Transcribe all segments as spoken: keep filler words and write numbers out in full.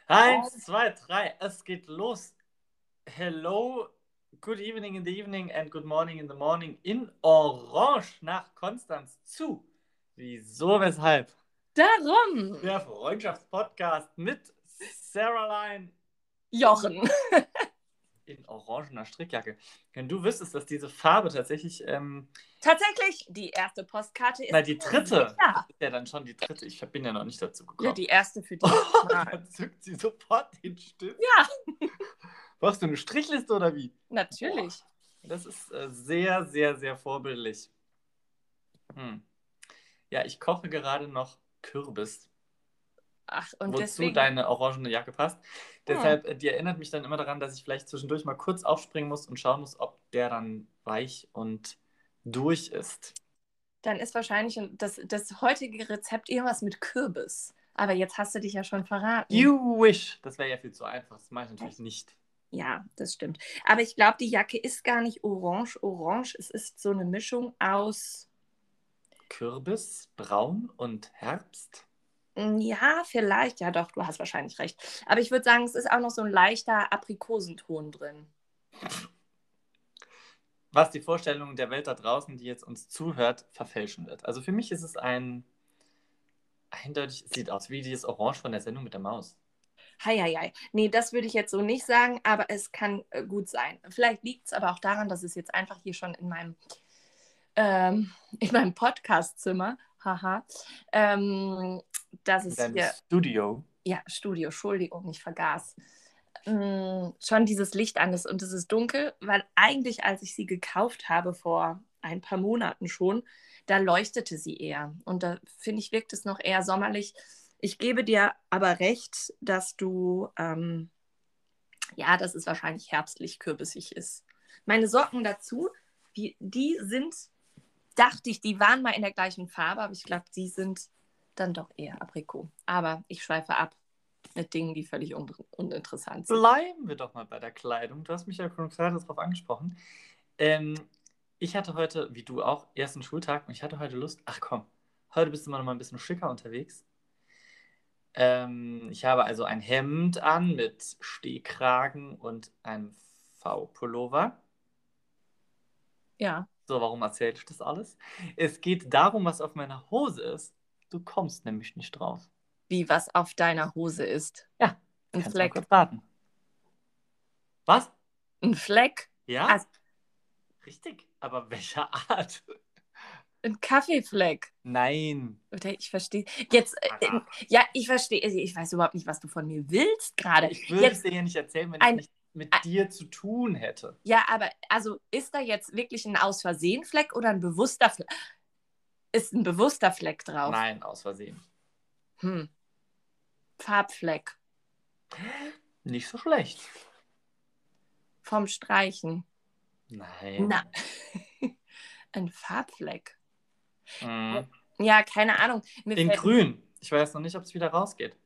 Eins, zwei, drei, es geht los. Hello, good evening in the evening and good morning in the morning in Orange nach Konstanz zu. Wieso, weshalb? Darum. Der Freundschaftspodcast mit Saraline Jochen. in orangener Strickjacke. Wenn du wüsstest, dass diese Farbe tatsächlich... Ähm, Tatsächlich, die erste Postkarte ist... Na, die dritte. Ja. Das ist ja dann schon die dritte. Ich bin ja noch nicht dazu gekommen. Ja, die erste für die. Oh, dann zückt sie sofort den Stift. Ja. Brauchst du eine Strichliste oder wie? Natürlich. Boah, das ist äh, sehr, sehr, sehr vorbildlich. Hm. Ja, ich koche gerade noch Kürbis. Ach, und wozu deswegen... deine orangene Jacke passt. Hm. Deshalb, äh, die erinnert mich dann immer daran, dass ich vielleicht zwischendurch mal kurz aufspringen muss und schauen muss, ob der dann weich und durch ist. Dann ist wahrscheinlich das, das heutige Rezept irgendwas mit Kürbis. Aber jetzt hast du dich ja schon verraten. You wish. Das wäre ja viel zu einfach. Das mache ich natürlich nicht. Ja, das stimmt. Aber ich glaube, die Jacke ist gar nicht orange. Orange, es ist so eine Mischung aus... Kürbis, Braun und Herbst? Ja, vielleicht. Ja, doch, du hast wahrscheinlich recht. Aber ich würde sagen, es ist auch noch so ein leichter Aprikosenton drin. Was die Vorstellung der Welt da draußen, die jetzt uns zuhört, verfälschen wird. Also für mich ist es ein... Eindeutig, es sieht aus wie dieses Orange von der Sendung mit der Maus. Heieiei. Nee, das würde ich jetzt so nicht sagen, aber es kann äh, gut sein. Vielleicht liegt es aber auch daran, dass es jetzt einfach hier schon in meinem, ähm, in meinem Podcast-Zimmer, haha, ähm, dass es in hier... Studio. Ja, Studio, Entschuldigung, ich vergaß. Ähm, schon dieses Licht an ist und es ist dunkel, weil eigentlich, als ich sie gekauft habe, vor ein paar Monaten schon, da leuchtete sie eher. Und da, finde ich, wirkt es noch eher sommerlich. Ich gebe dir aber recht, dass du, ähm, ja, dass es wahrscheinlich herbstlich kürbisig ist. Meine Socken dazu, die, die sind, dachte ich, die waren mal in der gleichen Farbe, aber ich glaube, die sind dann doch eher Aprikot. Aber ich schweife ab mit Dingen, die völlig un uninteressant sind. Bleiben wir doch mal bei der Kleidung. Du hast mich ja schon gerade darauf angesprochen. Ähm, ich hatte heute, wie du auch, ersten Schultag und ich hatte heute Lust, ach komm, heute bist du mal noch mal ein bisschen schicker unterwegs. Ähm, ich habe also ein Hemd an mit Stehkragen und einem V-Pullover. Ja. So, warum erzähle ich das alles? Es geht darum, was auf meiner Hose ist. Du kommst nämlich nicht drauf. Wie, was auf deiner Hose ist? Ja, ein kannst Fleck. mal kurz warten. Was? Ein Fleck? Ja? Also, richtig, aber welcher Art? ein Kaffeefleck. Nein. Oder ich verstehe. Jetzt, äh, ja, ich verstehe. Ich weiß überhaupt nicht, was du von mir willst gerade. Ich würde es dir ja nicht erzählen, wenn ein, ich nicht mit ein, dir zu tun hätte. Ja, aber also ist da jetzt wirklich ein aus Versehen Fleck oder ein bewusster Fleck? Ist ein bewusster Fleck drauf? Nein, aus Versehen. Hm. Farbfleck. Nicht so schlecht. Vom Streichen. Nein. Na. Ein Farbfleck. Mhm. Ja, keine Ahnung. Mir In grün. Ich weiß noch nicht, ob es wieder rausgeht.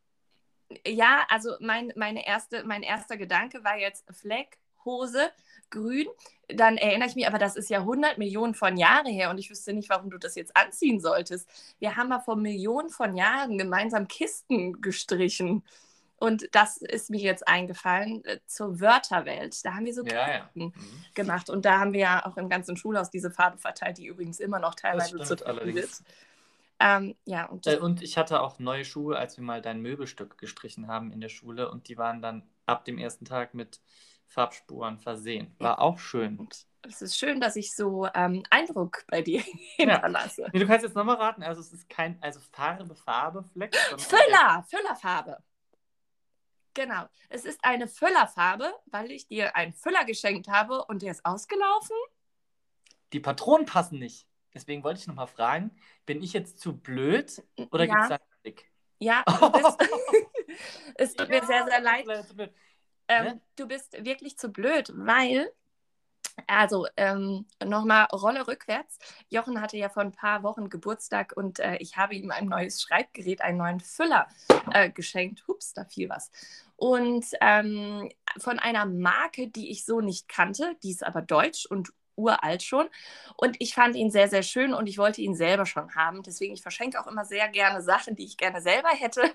Ja, also mein, meine erste, mein erster Gedanke war jetzt Fleck, Hose, grün. Dann erinnere ich mich, aber das ist ja hundert Millionen von Jahren her und ich wüsste nicht, warum du das jetzt anziehen solltest. Wir haben mal vor Millionen von Jahren gemeinsam Kisten gestrichen. Und das ist mir jetzt eingefallen äh, zur Wörterwelt. Da haben wir so ja, Kisten ja. Mhm. gemacht. Und da haben wir ja auch im ganzen Schulhaus diese Farbe verteilt, die übrigens immer noch teilweise zu finden wird. Ähm, ja, und, äh, und ich hatte auch neue Schuhe, als wir mal dein Möbelstück gestrichen haben in der Schule. Und die waren dann ab dem ersten Tag mit Farbspuren versehen. War auch schön. Und es ist schön, dass ich so ähm, Eindruck bei dir hinterlasse. Ja. Nee, du kannst jetzt nochmal raten. Also es ist kein, also Farbe, Farbe, Fleck. Füller, Füllerfarbe. Genau. Es ist eine Füllerfarbe, weil ich dir einen Füller geschenkt habe und der ist ausgelaufen. Die Patronen passen nicht. Deswegen wollte ich nochmal fragen, bin ich jetzt zu blöd oder ja. gibt es da einen Trick? Ja, du bist, es tut ja, mir sehr, sehr leid. Zu blöd. Ähm, du bist wirklich zu blöd, weil, also ähm, nochmal Rolle rückwärts. Jochen hatte ja vor ein paar Wochen Geburtstag und äh, ich habe ihm ein neues Schreibgerät, einen neuen Füller äh, geschenkt. Hups, da fiel was. Und ähm, von einer Marke, die ich so nicht kannte, die ist aber deutsch und uralt schon. Und ich fand ihn sehr, sehr schön und ich wollte ihn selber schon haben. Deswegen, ich verschenke auch immer sehr gerne Sachen, die ich gerne selber hätte.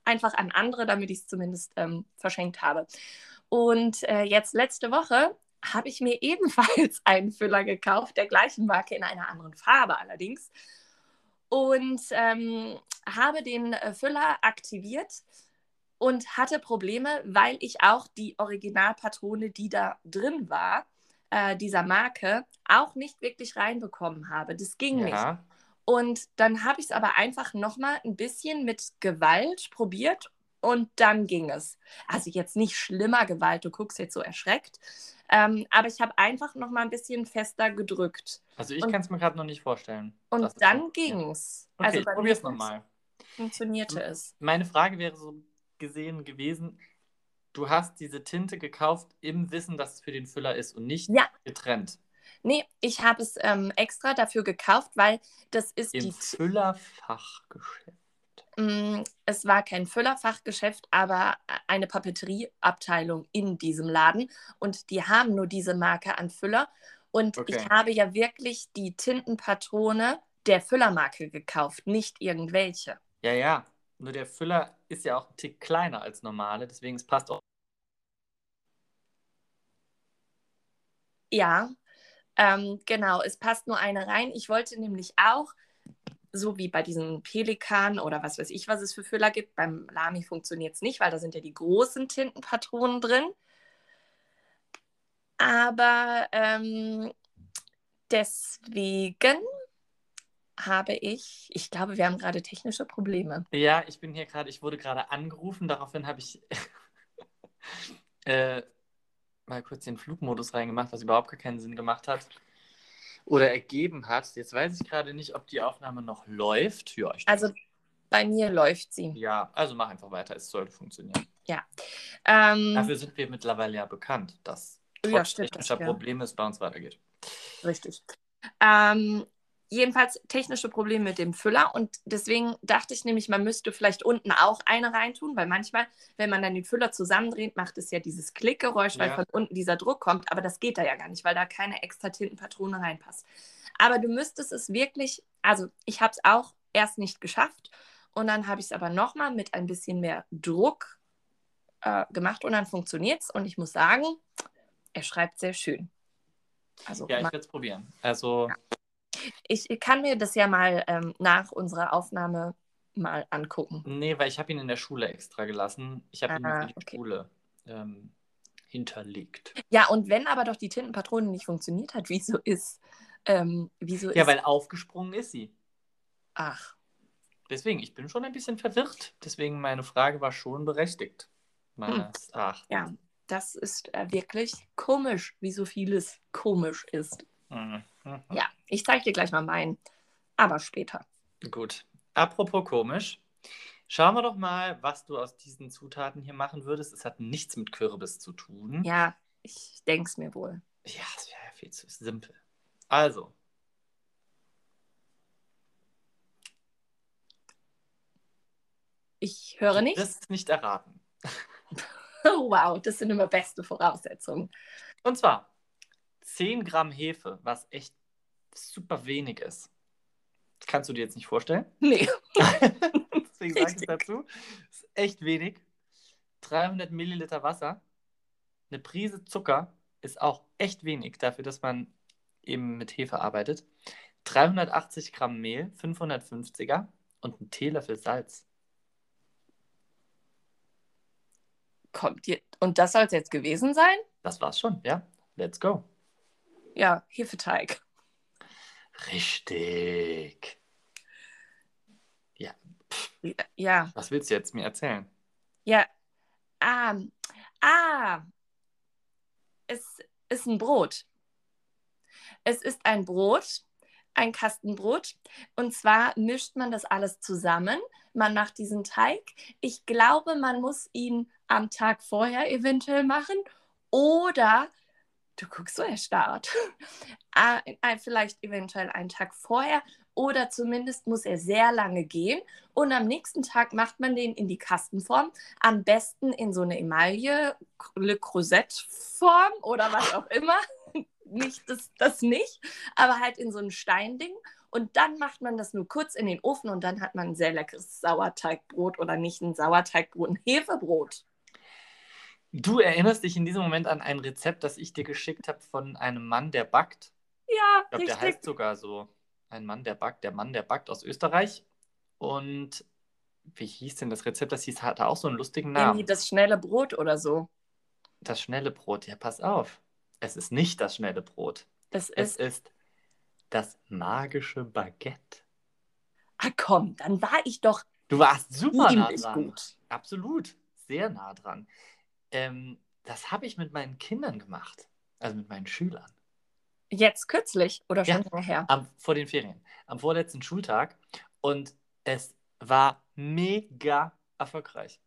einfach an andere, damit ich es zumindest ähm, verschenkt habe. Und äh, jetzt letzte Woche habe ich mir ebenfalls einen Füller gekauft, der gleichen Marke, in einer anderen Farbe allerdings. Und ähm, habe den äh, Füller aktiviert und hatte Probleme, weil ich auch die Originalpatrone, die da drin war, äh, dieser Marke, auch nicht wirklich reinbekommen habe. Das ging nicht. Ja. Und dann habe ich es aber einfach nochmal ein bisschen mit Gewalt probiert und dann ging es. Also jetzt nicht schlimmer Gewalt, du guckst jetzt so erschreckt, ähm, aber ich habe einfach nochmal ein bisschen fester gedrückt. Also ich Und, kann es mir gerade noch nicht vorstellen, und dass es dann funktioniert. ging es. Okay, Also ich bei probiere mir es nochmal. funktionierte es. Meine Frage wäre so gesehen gewesen, du hast diese Tinte gekauft im Wissen, dass es für den Füller ist und nicht Ja, getrennt. nee, ich habe es ähm, extra dafür gekauft, weil das ist Im die. Füllerfachgeschäft. Mm, Es war kein Füllerfachgeschäft, aber eine Papeterieabteilung in diesem Laden. Und die haben nur diese Marke an Füller. Und ich Okay. habe ja wirklich die Tintenpatrone der Füllermarke gekauft, nicht irgendwelche. Ja, ja. Nur der Füller ist ja auch ein Tick kleiner als normale, deswegen es passt auch. Ja, ähm, genau, es passt nur eine rein. Ich wollte nämlich auch, so wie bei diesen Pelikan oder was weiß ich, was es für Füller gibt, beim Lamy funktioniert es nicht, weil da sind ja die großen Tintenpatronen drin. Aber ähm, deswegen habe ich, ich glaube, wir haben gerade technische Probleme. Ja, ich bin hier gerade, ich wurde gerade angerufen, daraufhin habe ich äh, mal kurz den Flugmodus reingemacht, was überhaupt gar keinen Sinn gemacht hat oder ergeben hat. Jetzt weiß ich gerade nicht, ob die Aufnahme noch läuft. Ja, ich Also denke. bei mir läuft sie. Ja, also mach einfach weiter, es sollte funktionieren. Ja. Ähm, Dafür sind wir mittlerweile ja bekannt, dass ja, trotz stimmt das technischer ja. Probleme es bei uns weitergeht. Richtig. Ähm, jedenfalls technische Probleme mit dem Füller und deswegen dachte ich nämlich, man müsste vielleicht unten auch eine reintun, weil manchmal, wenn man dann den Füller zusammendreht, macht es ja dieses Klickgeräusch, weil Ja. von unten dieser Druck kommt, aber das geht da ja gar nicht, weil da keine extra Tintenpatrone reinpasst. Aber du müsstest es wirklich, also ich habe es auch erst nicht geschafft und dann habe ich es aber nochmal mit ein bisschen mehr Druck äh, gemacht und dann funktioniert es und ich muss sagen, er schreibt sehr schön. Also Ja, ich man, werde es probieren. Also, ich kann mir das ja mal ähm, nach unserer Aufnahme mal angucken. nee, weil ich habe ihn in der Schule extra gelassen. Ich habe ihn nur für Ah, die okay. Schule ähm, hinterlegt. Ja, und wenn aber doch die Tintenpatrone nicht funktioniert hat, wieso ist, ähm, wieso Ja, ist, weil aufgesprungen ist sie. ach, Deswegen, ich bin schon ein bisschen verwirrt. Deswegen, meine Frage war schon berechtigt. hm, Meines Erachtens. ja, das ist äh, wirklich komisch, wie so vieles komisch ist. Mhm. Mhm. Ja, ich zeige dir gleich mal meinen, aber später. Gut. Apropos komisch. Schauen wir doch mal, was du aus diesen Zutaten hier machen würdest. Es hat nichts mit Kürbis zu tun. Ja, ich denke es mir wohl. Ja, es wäre ja viel zu simpel. Also, Ich höre du nichts. wirst es nicht erraten. Oh, wow, das sind immer beste Voraussetzungen. Und zwar zehn Gramm Hefe, was echt super wenig ist. Das kannst du dir jetzt nicht vorstellen. Nee, Deswegen sage ich es richtig. dazu. Das ist echt wenig. dreihundert Milliliter Wasser. Eine Prise Zucker ist auch echt wenig dafür, dass man eben mit Hefe arbeitet. dreihundertachtzig Gramm Mehl, fünfhundertfünfziger und ein Teelöffel Salz. Kommt dir, und das soll es jetzt gewesen sein? Das war's schon, ja? Let's go. Ja, Hefeteig. Richtig. Ja, Ja, was willst du jetzt mir erzählen? ja. Ah, ah, es ist ein Brot. Es ist ein Brot, ein Kastenbrot. Und zwar mischt man das alles zusammen. Man macht diesen Teig. Ich glaube, man muss ihn am Tag vorher eventuell machen. Oder, du guckst so erstarrt, ah, vielleicht eventuell einen Tag vorher. Oder zumindest muss er sehr lange gehen. Und am nächsten Tag macht man den in die Kastenform. Am besten in so eine Emaille, Le Creuset-Form oder was auch immer. Nicht das, das nicht, aber halt in so ein Steinding. und dann macht man das nur kurz in den Ofen und dann hat man ein sehr leckeres Sauerteigbrot oder nicht ein Sauerteigbrot, ein Hefebrot. Du erinnerst dich in diesem Moment an ein Rezept, das ich dir geschickt habe von einem Mann, der backt. Ja, Ich glaube, der richtig. heißt sogar so. Ein Mann, der backt. Der Mann, der backt aus Österreich. Und wie hieß denn das Rezept? Das hieß, hatte auch so einen lustigen Irgendwie Namen. das schnelle Brot oder so. Das schnelle Brot. Ja, pass auf. Es ist nicht das schnelle Brot. Es Es ist, ist das magische Baguette. ah komm, dann war ich doch Du warst super nah ziemlich dran. gut. Absolut. Sehr nah dran. Ähm, das habe ich mit meinen Kindern gemacht. Also mit meinen Schülern. Jetzt kürzlich oder schon Ja, länger her? am, vor den Ferien. Am vorletzten Schultag. Und es war mega erfolgreich.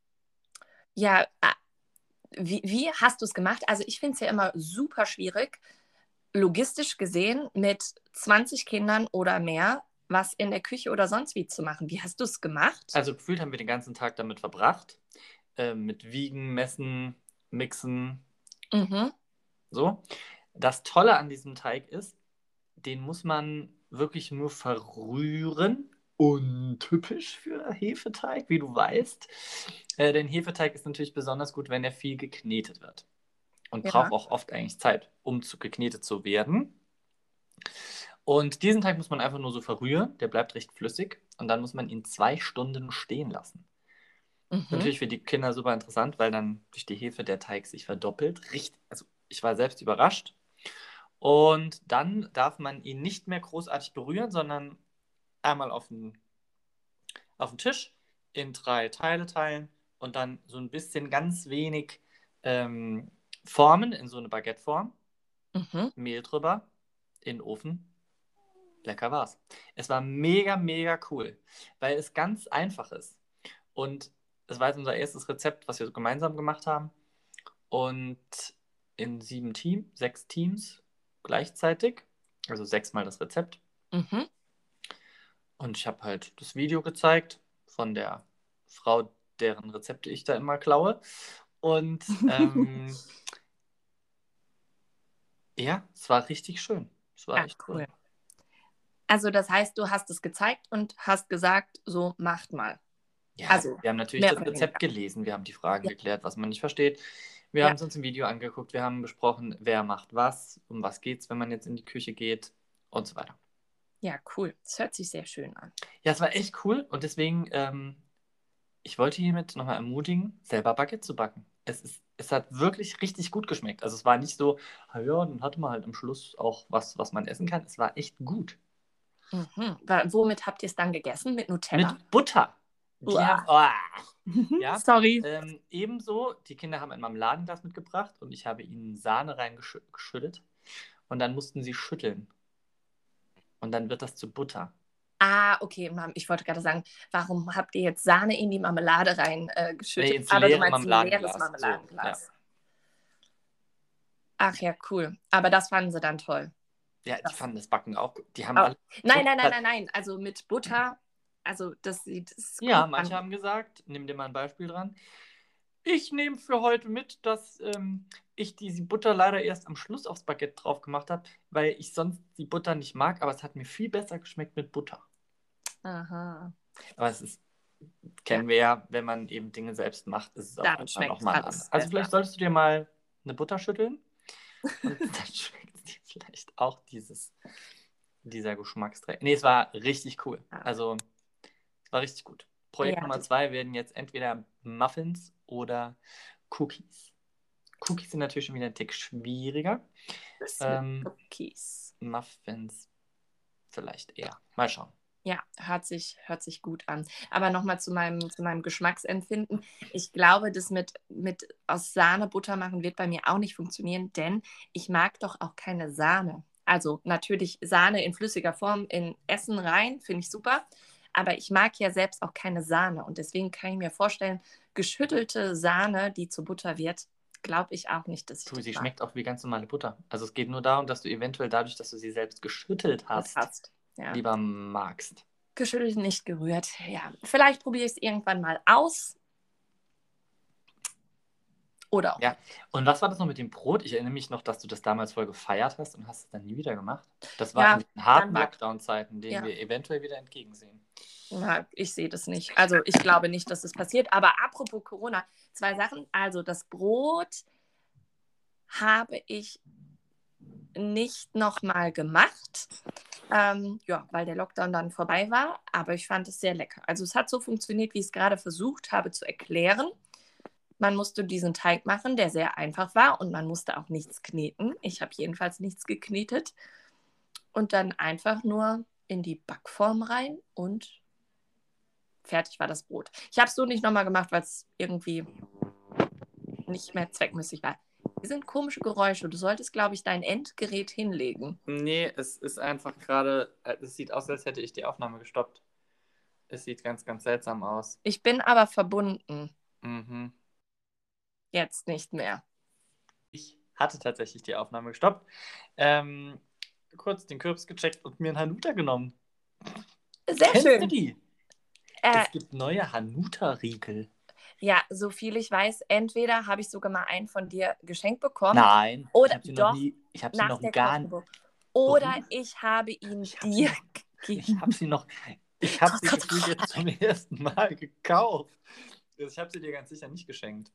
Ja, ah, wie, wie hast du es gemacht? Also ich finde es ja immer super schwierig, logistisch gesehen mit zwanzig Kindern oder mehr was in der Küche oder sonst wie zu machen. Wie hast du es gemacht? Also gefühlt haben wir den ganzen Tag damit verbracht. Äh, mit Wiegen, Messen, Mixen, Mhm. so. Das Tolle an diesem Teig ist, den muss man wirklich nur verrühren. Untypisch für Hefeteig, wie du weißt. Äh, denn Hefeteig ist natürlich besonders gut, wenn er viel geknetet wird. Und braucht Ja. auch oft eigentlich Zeit, um zu geknetet zu werden. Und diesen Teig muss man einfach nur so verrühren. Der bleibt recht flüssig. Und dann muss man ihn zwei Stunden stehen lassen. Mhm. Natürlich für die Kinder super interessant, weil dann durch die Hefe der Teig sich verdoppelt. Richtig, also ich war selbst überrascht. Und dann darf man ihn nicht mehr großartig berühren, sondern einmal auf den, auf den Tisch in drei Teile teilen und dann so ein bisschen ganz wenig ähm, formen in so eine Baguetteform. Mhm. Mehl drüber, in den Ofen. Lecker war's. Es war mega, mega cool, weil es ganz einfach ist. Und es war jetzt unser erstes Rezept, was wir so gemeinsam gemacht haben. Und in sieben Teams, sechs Teams gleichzeitig. Also sechsmal das Rezept. Mhm. Und ich habe halt das Video gezeigt von der Frau, deren Rezepte ich da immer klaue. Und ähm, ja, es war richtig schön. Es war Ja, echt cool. cool. Also das heißt, du hast es gezeigt und hast gesagt, so macht mal. Ja, Also wir haben natürlich mehr das oder Rezept weniger. gelesen, wir haben die Fragen Ja. geklärt, was man nicht versteht. Wir Ja. haben es uns im Video angeguckt, wir haben besprochen, wer macht was, um was geht's, wenn man jetzt in die Küche geht und so weiter. Ja, cool. Das hört sich sehr schön an. Ja, es war echt cool und deswegen, ähm, ich wollte hiermit nochmal ermutigen, selber Baguette zu backen. Es ist, es hat wirklich richtig gut geschmeckt. Also es war nicht so, ah ja, dann hatte man halt am Schluss auch was, was man essen kann. Es war echt gut. Mhm. Wa- Womit habt ihr es dann gegessen? Mit Nutella? Mit Butter. Die Uah. haben, oh, ja, Sorry. ähm, ebenso, die Kinder haben ein Marmeladenglas mitgebracht und ich habe ihnen Sahne reingeschüttet und dann mussten sie schütteln und dann wird das zu Butter. Ah, okay, Mom, ich wollte gerade sagen, warum habt ihr jetzt Sahne in die Marmelade reingeschüttet? Äh, Nee, geschüttet? ins Aber du leere meinst ein leeres Marmeladenglas. So, ja. Marmeladenglas. Ach ja, cool. Aber das fanden sie dann toll. Ja, die Das. fanden das Backen auch gut. Die haben Oh. alle. Nein, nein, nein, nein, nein. Also mit Butter, also das sieht das ist Ja, cool manche an. haben gesagt, nimm dir mal ein Beispiel dran. Ich nehme für heute mit, dass ähm, ich diese Butter leider erst am Schluss aufs Baguette drauf gemacht habe, weil ich sonst die Butter nicht mag, aber es hat mir viel besser geschmeckt mit Butter. Aha. Aber es ist, Ja, kennen wir ja, wenn man eben Dinge selbst macht, ist es auch dann manchmal schmeckt nochmal ein alles anderes. Also besser. vielleicht solltest du dir mal eine Butter schütteln und dann schmeckt es dir vielleicht auch dieses, dieser Geschmacksträger. Nee, es war richtig cool. Ja, Also, es war richtig gut. Projekt ja, Nummer das, zwei werden jetzt entweder Muffins oder Cookies. Cookies sind natürlich schon wieder ein Tick schwieriger. das mit Ähm, Cookies. Muffins vielleicht eher. Mal schauen. Ja, hört sich, hört sich gut an. Aber nochmal zu meinem, zu meinem Geschmacksempfinden. Ich glaube, das mit, mit aus Sahne Butter machen wird bei mir auch nicht funktionieren, denn ich mag doch auch keine Sahne. Also natürlich Sahne in flüssiger Form in Essen rein, finde ich super. Aber ich mag ja selbst auch keine Sahne. Und deswegen kann ich mir vorstellen, geschüttelte Sahne, die zu Butter wird, glaube ich auch nicht, dass ich Du, das sie mag. schmeckt auch wie ganz normale Butter. Also es geht nur darum, dass du eventuell dadurch, dass du sie selbst geschüttelt Das hast, passt. Ja. lieber magst. Geschüttelt, nicht gerührt. Ja, vielleicht probiere ich es irgendwann mal aus. Oder auch Ja, und was war das noch mit dem Brot? Ich erinnere mich noch, dass du das damals voll gefeiert hast und hast es dann nie wieder gemacht. Das war Ja, in den harten dann war- Lockdown-Zeiten, denen ja. wir eventuell wieder entgegensehen. Na, ich sehe das nicht. Also ich glaube nicht, dass das passiert. Aber apropos Corona, zwei Sachen. Also das Brot habe ich nicht nochmal gemacht, ähm, ja, weil der Lockdown dann vorbei war. Aber ich fand es sehr lecker. Also es hat so funktioniert, wie ich es gerade versucht habe zu erklären. Man musste diesen Teig machen, der sehr einfach war, und man musste auch nichts kneten. Ich habe jedenfalls nichts geknetet. Und dann einfach nur in die Backform rein und fertig war das Brot. Ich habe es so nicht nochmal gemacht, weil es irgendwie nicht mehr zweckmäßig war. Hier sind komische Geräusche. Du solltest, glaube ich, dein Endgerät hinlegen. Nee, es ist einfach gerade, äh, es sieht aus, als hätte ich die Aufnahme gestoppt. Es sieht ganz, ganz seltsam aus. Ich bin aber verbunden. Mhm. Jetzt nicht mehr. Ich hatte tatsächlich die Aufnahme gestoppt. Ähm, kurz den Kürbis gecheckt und mir einen Hanuta genommen. Sehr Kennst schön. du die? Äh, Es gibt neue Hanuta-Riegel. ja, so viel ich weiß, entweder habe ich sogar mal einen von dir geschenkt bekommen. Nein, Oder ich habe sie doch, noch nie, ich habe sie nach noch der gar nicht. Kochprobe. Oder Warum? ich habe ihn Ich habe sie dir noch, ich gegeben. habe sie noch, ich habe sie gefühlt jetzt zum ersten Mal gekauft. Ich habe sie dir ganz sicher nicht geschenkt.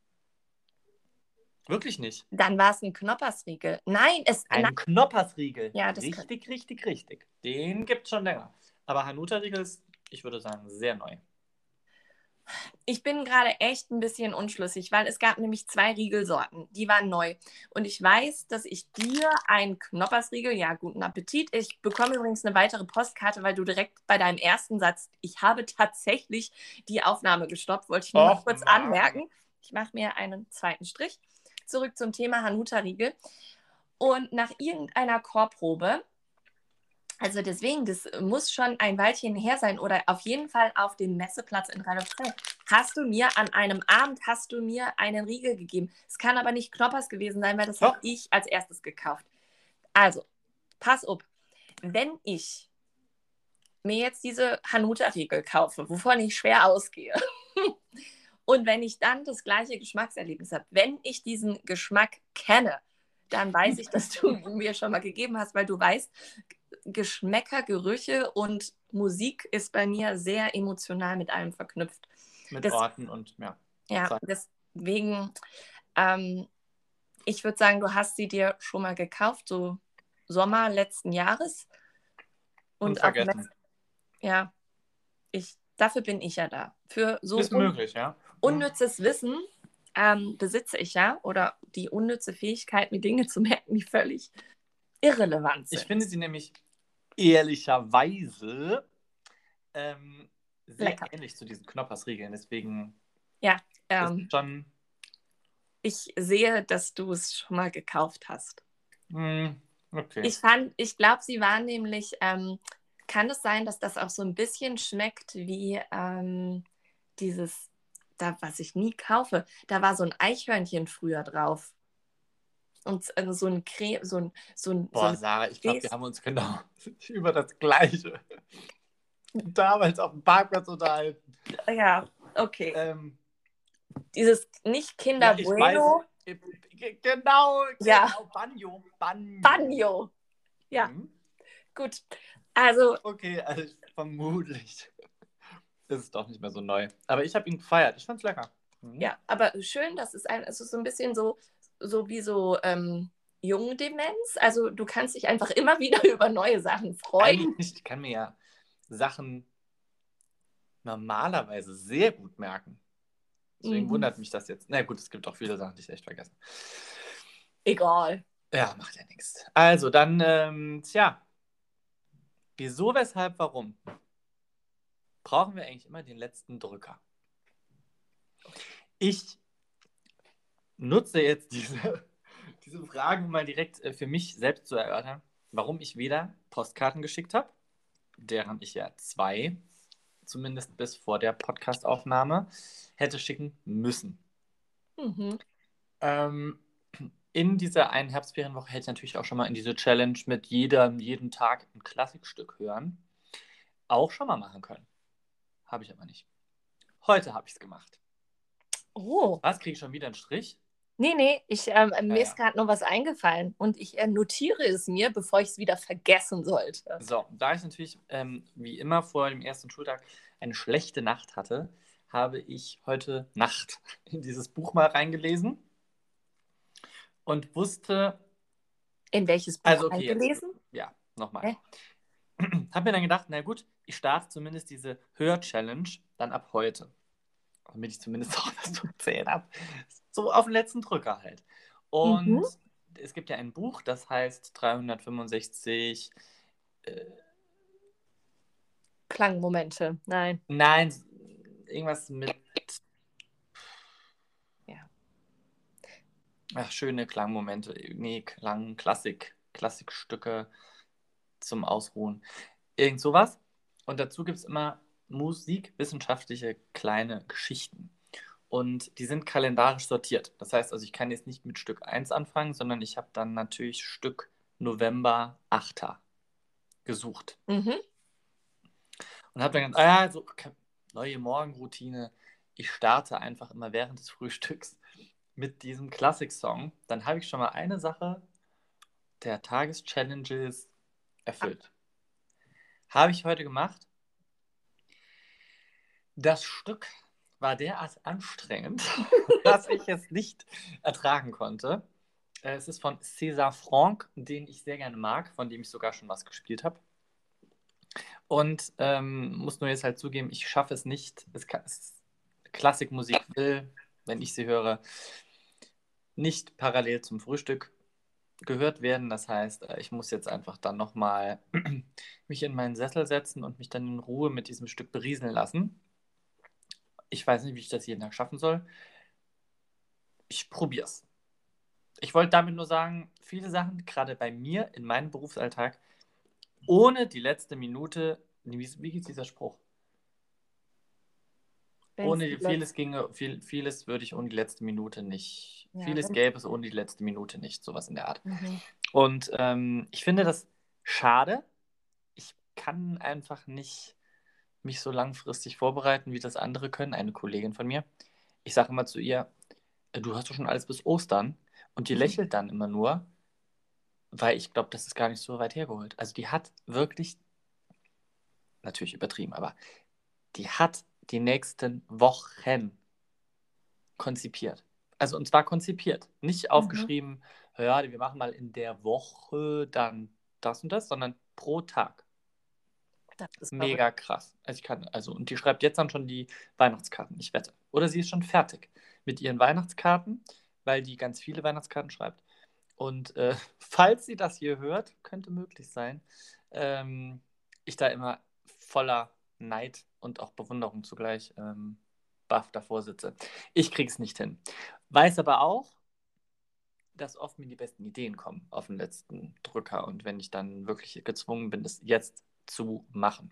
Wirklich nicht. Dann war es ein Knoppersriegel. Nein, es. Ein Nein. Knoppersriegel. Ja, das kann- Richtig, richtig, richtig. Den gibt es schon länger. Aber Hanuta-Riegel ist, ich würde sagen, sehr neu. Ich bin gerade echt ein bisschen unschlüssig, weil es gab nämlich zwei Riegelsorten, die waren neu. Und ich weiß, dass ich dir einen Knoppersriegel, ja, guten Appetit. Ich bekomme übrigens eine weitere Postkarte, weil du direkt bei deinem ersten Satz, ich habe tatsächlich die Aufnahme gestoppt, wollte ich nur mal Och, kurz Mann. anmerken. Ich mache mir einen zweiten Strich. Zurück zum Thema Hanuta-Riegel. Und nach irgendeiner Chorprobe, also deswegen, das muss schon ein Weilchen her sein, oder auf jeden Fall auf dem Messeplatz in Rheinland-Pfalz, hast du mir an einem Abend hast du mir einen Riegel gegeben. Es kann aber nicht Knoppers gewesen sein, weil das habe Doch. ich als erstes gekauft. Also, pass auf. Wenn ich mir jetzt diese Hanuta-Riegel kaufe, wovon ich schwer ausgehe, und wenn ich dann das gleiche Geschmackserlebnis habe, wenn ich diesen Geschmack kenne, dann weiß ich, dass du mir schon mal gegeben hast, weil du weißt, Geschmäcker, Gerüche und Musik ist bei mir sehr emotional mit allem verknüpft. Mit Das, Orten und ja. ja, Sag. deswegen, ähm, ich würde sagen, du hast sie dir schon mal gekauft, so Sommer letzten Jahres. Und, Und vergessen. Auch, ja, ich, dafür bin ich ja da. Für so Ist möglich, ja. unnützes Wissen ähm, besitze ich ja, oder die unnütze Fähigkeit, mir Dinge zu merken, die völlig irrelevant sind. Ich finde sie nämlich ehrlicherweise ähm, sehr Lecker. ähnlich zu diesen Knoppersriegeln. Deswegen Ja, ist ähm, schon. ich sehe, dass du es schon mal gekauft hast. Mh, okay. Ich fand, ich glaube, sie waren nämlich, ähm, kann es sein, dass das auch so ein bisschen schmeckt wie ähm, dieses, da, was ich nie kaufe. Da war so ein Eichhörnchen früher drauf. Und äh, so ein Creme, so ein, so ein, so Boah, ein Sarah, ich glaube, Käse- wir haben uns genau über das Gleiche damals auf dem Parkplatz unterhalten. Ja, okay. Ähm, Dieses nicht Kinder ja, ich weiß. Bueno. äh, g- Genau, Ja. genau. Banjo. Banjo. Banjo. Ja, Mhm. gut. Also, Okay, also vermutlich ist es doch nicht mehr so neu. Aber ich habe ihn gefeiert. Ich fand's lecker. Mhm. ja, aber schön, dass es ein, es ist so ein bisschen so, so wie so ähm, Jungdemenz. Also du kannst dich einfach immer wieder über neue Sachen freuen. Eigentlich nicht. Ich kann mir ja Sachen normalerweise sehr gut merken. Deswegen Mhm. wundert mich das jetzt. Na gut, es gibt auch viele Sachen, die ich echt vergessen. Egal. Ja, macht ja nichts. Also, dann, ähm, tja. Wieso, weshalb, warum? Brauchen wir eigentlich immer den letzten Drücker? Ich nutze jetzt diese, diese Fragen, um mal direkt äh, für mich selbst zu erörtern, warum ich weder Postkarten geschickt habe, deren ich ja zwei, zumindest bis vor der Podcastaufnahme, hätte schicken müssen. Mhm. Ähm, in dieser einen Herbstferienwoche hätte ich natürlich auch schon mal in diese Challenge mit jedem, jeden Tag ein Klassikstück hören auch schon mal machen können. Habe ich aber nicht. Heute habe ich es gemacht. Oh. Was, kriege ich schon wieder einen Strich? Nee, nee, ich, ähm, Ja, mir ist ja. gerade noch was eingefallen und ich äh, notiere es mir, bevor ich es wieder vergessen sollte. So, da ich natürlich ähm, wie immer vor dem ersten Schultag eine schlechte Nacht hatte, habe ich heute Nacht in dieses Buch mal reingelesen und wusste, In welches Buch also okay, jetzt, eingelesen? ja, nochmal. Hä? Habe mir dann gedacht, na gut, ich starte zumindest diese Hör-Challenge dann ab heute. Damit ich zumindest auch was zu erzählen habe. So auf den letzten Drücker halt. Mhm. Und es gibt ja ein Buch, das heißt dreihundertfünfundsechzig. Äh, Klangmomente. Nein. nein, irgendwas mit. Ja. Ach, schöne Klangmomente. Nee, Klang, Klassik. Klassikstücke zum Ausruhen. Irgend sowas. Und dazu gibt es immer musikwissenschaftliche kleine Geschichten. Und die sind kalendarisch sortiert. Das heißt also, ich kann jetzt nicht mit Stück eins anfangen, sondern ich habe dann natürlich Stück November achter gesucht. Mhm. Und habe dann gedacht, ah ja, so okay, neue Morgenroutine. Ich starte einfach immer während des Frühstücks mit diesem Klassik-Song. Dann habe ich schon mal eine Sache der Tageschallenges erfüllt. Habe ich heute gemacht. Das Stück war derart anstrengend, dass ich es nicht ertragen konnte. Äh, Es ist von César Franck, den ich sehr gerne mag, von dem ich sogar schon was gespielt habe. Und ähm, muss nur jetzt halt zugeben, ich schaffe es nicht. Es kann, es, Klassikmusik will, wenn ich sie höre, nicht parallel zum Frühstück gehört werden. Das heißt, äh, ich muss jetzt einfach dann nochmal mich in meinen Sessel setzen und mich dann in Ruhe mit diesem Stück berieseln lassen. Ich weiß nicht, wie ich das jeden Tag schaffen soll. Ich probiere es. Ich wollte damit nur sagen, viele Sachen, gerade bei mir in meinem Berufsalltag, ohne die letzte Minute, wie, wie geht dieser Spruch? Wenn's Ohne die die, Leute. vieles ginge, viel, vieles würde ich ohne die letzte Minute nicht, Ja, vieles wenn. gäbe es ohne die letzte Minute nicht, sowas in der Art. Mhm. Und ähm, ich finde das schade. Ich kann einfach nicht mich so langfristig vorbereiten, wie das andere können. Eine Kollegin von mir. Ich sage immer zu ihr, äh, du hast doch schon alles bis Ostern. Und die lächelt dann immer nur, weil ich glaube, das ist gar nicht so weit hergeholt. Also die hat wirklich, natürlich übertrieben, aber die hat die nächsten Wochen konzipiert. Also und zwar konzipiert. Nicht Mhm. aufgeschrieben, ja, wir machen mal in der Woche dann das und das, sondern pro Tag. Das ist verrückt. Mega krass. Also ich kann, also, und die schreibt jetzt dann schon die Weihnachtskarten, ich wette. Oder sie ist schon fertig mit ihren Weihnachtskarten, weil die ganz viele Weihnachtskarten schreibt. Und äh, falls sie das hier hört, könnte möglich sein, ähm, ich da immer voller Neid und auch Bewunderung zugleich ähm, baff davor sitze. Ich krieg's nicht hin. Weiß aber auch, dass oft mir die besten Ideen kommen auf den letzten Drücker und wenn ich dann wirklich gezwungen bin, es jetzt zu machen.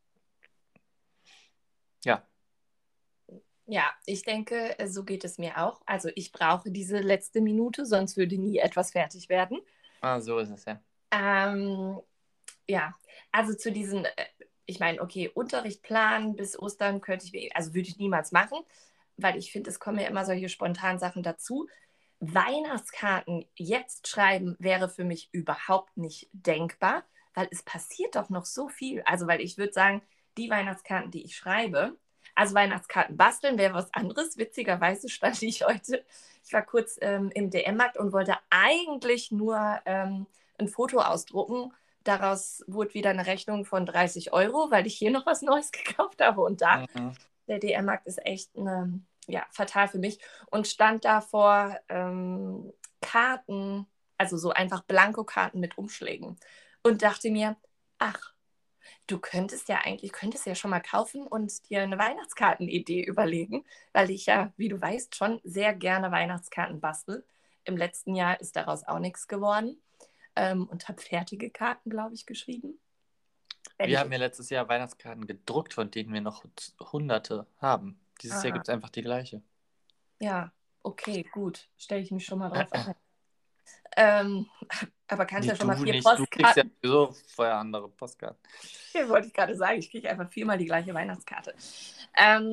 Ja, Ja, ich denke, äh, so geht es mir auch. Also ich brauche diese letzte Minute, sonst würde nie etwas fertig werden. ah, so ist es ja. Ähm, ja, also zu diesen, äh, ich meine, okay, Unterricht planen bis Ostern könnte ich, mir- also würde ich niemals machen, weil ich finde, es kommen ja immer solche spontanen Sachen dazu. Weihnachtskarten jetzt schreiben wäre für mich überhaupt nicht denkbar, weil es passiert doch noch so viel. Also, weil ich würde sagen, die Weihnachtskarten, die ich schreibe, also Weihnachtskarten basteln wäre was anderes. Witzigerweise stand ich heute, ich war kurz ähm, im D M-Markt und wollte eigentlich nur ähm, ein Foto ausdrucken. Daraus wurde wieder eine Rechnung von dreißig Euro, weil ich hier noch was Neues gekauft habe. Und da, Mhm. der D M-Markt ist echt eine, ja, fatal für mich. Und stand da vor ähm, Karten, also so einfach Blankokarten mit Umschlägen. Und dachte mir, ach, du könntest ja eigentlich, könntest ja schon mal kaufen und dir eine Weihnachtskartenidee überlegen, weil ich ja, wie du weißt, schon sehr gerne Weihnachtskarten bastel. Im letzten Jahr ist daraus auch nichts geworden ähm, und habe fertige Karten, glaube ich, geschrieben. Werde Wir ich haben ja jetzt. letztes Jahr Weihnachtskarten gedruckt, von denen wir noch hunderte haben. Dieses Jahr Ah, gibt es einfach die gleiche. ja, okay, gut. Stelle ich mich schon mal drauf ein. Ähm, aber kannst Nee, ja schon mal du vier nicht. Du kriegst ja Postkarten. sowieso vorher andere Postkarten. Hier wollte ich gerade sagen, ich kriege einfach viermal die gleiche Weihnachtskarte. Ähm,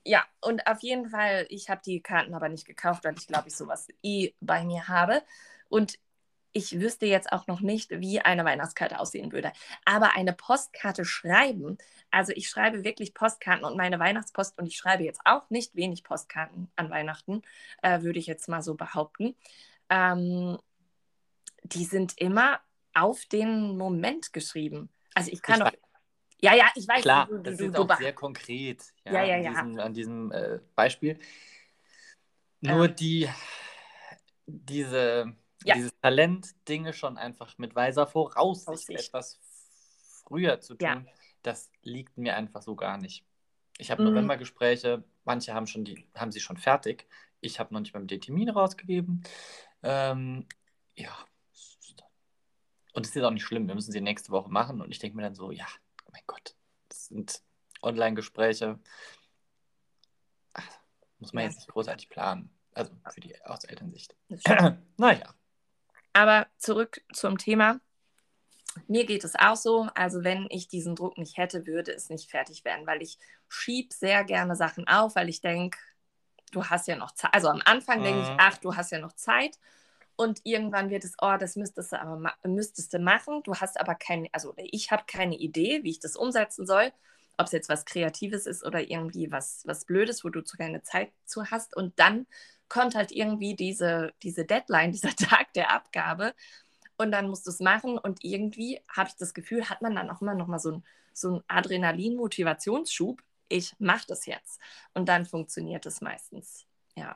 ja, und auf jeden Fall, ich habe die Karten aber nicht gekauft, weil ich glaube, ich sowas eh bei mir habe. Und ich wüsste jetzt auch noch nicht, wie eine Weihnachtskarte aussehen würde. Aber eine Postkarte schreiben, also ich schreibe wirklich Postkarten und meine Weihnachtspost, und ich schreibe jetzt auch nicht wenig Postkarten an Weihnachten, äh, würde ich jetzt mal so behaupten. Ähm, die sind immer auf den Moment geschrieben. Also ich kann Ich doch, weiß, ja, ja, ich weiß, klar, du, du, das ist du, jetzt du, auch du sehr konkret, ja, ja, ja, an ja. diesem, an diesem äh, Beispiel. Nur Ähm, die, diese, ja, dieses Talent, Dinge schon einfach mit weiser Voraussicht Aussicht. etwas früher zu Ja. tun, das liegt mir einfach so gar nicht. Ich habe Mm, Novembergespräche, manche haben schon die, haben sie schon fertig. Ich habe noch nicht mal den Termin rausgegeben. Ähm, ja, und es ist auch nicht schlimm, wir müssen sie nächste Woche machen. Und ich denke mir dann so, ja, oh mein Gott, das sind Online-Gespräche. Ach, muss man ja, jetzt nicht großartig planen. Also für die aus Elternsicht. das stimmt. Naja. Aber zurück zum Thema. Mir geht es auch so, also wenn ich diesen Druck nicht hätte, würde es nicht fertig werden, weil ich schiebe sehr gerne Sachen auf, weil ich denke, du hast ja noch Zeit. Also am Anfang denke ich, Mhm. ach, du hast ja noch Zeit. Und irgendwann wird es, oh, das müsstest du aber ma müsstest du machen. Du hast aber keine, also ich habe keine Idee, wie ich das umsetzen soll. Ob es jetzt was Kreatives ist oder irgendwie was, was Blödes, wo du zu keine Zeit zu hast. Und dann kommt halt irgendwie diese, diese Deadline, dieser Tag der Abgabe. Und dann musst du es machen. Und irgendwie habe ich das Gefühl, hat man dann auch immer noch mal so einen so einen Adrenalin-Motivationsschub. Ich mache das jetzt. Und dann funktioniert es meistens. Ja.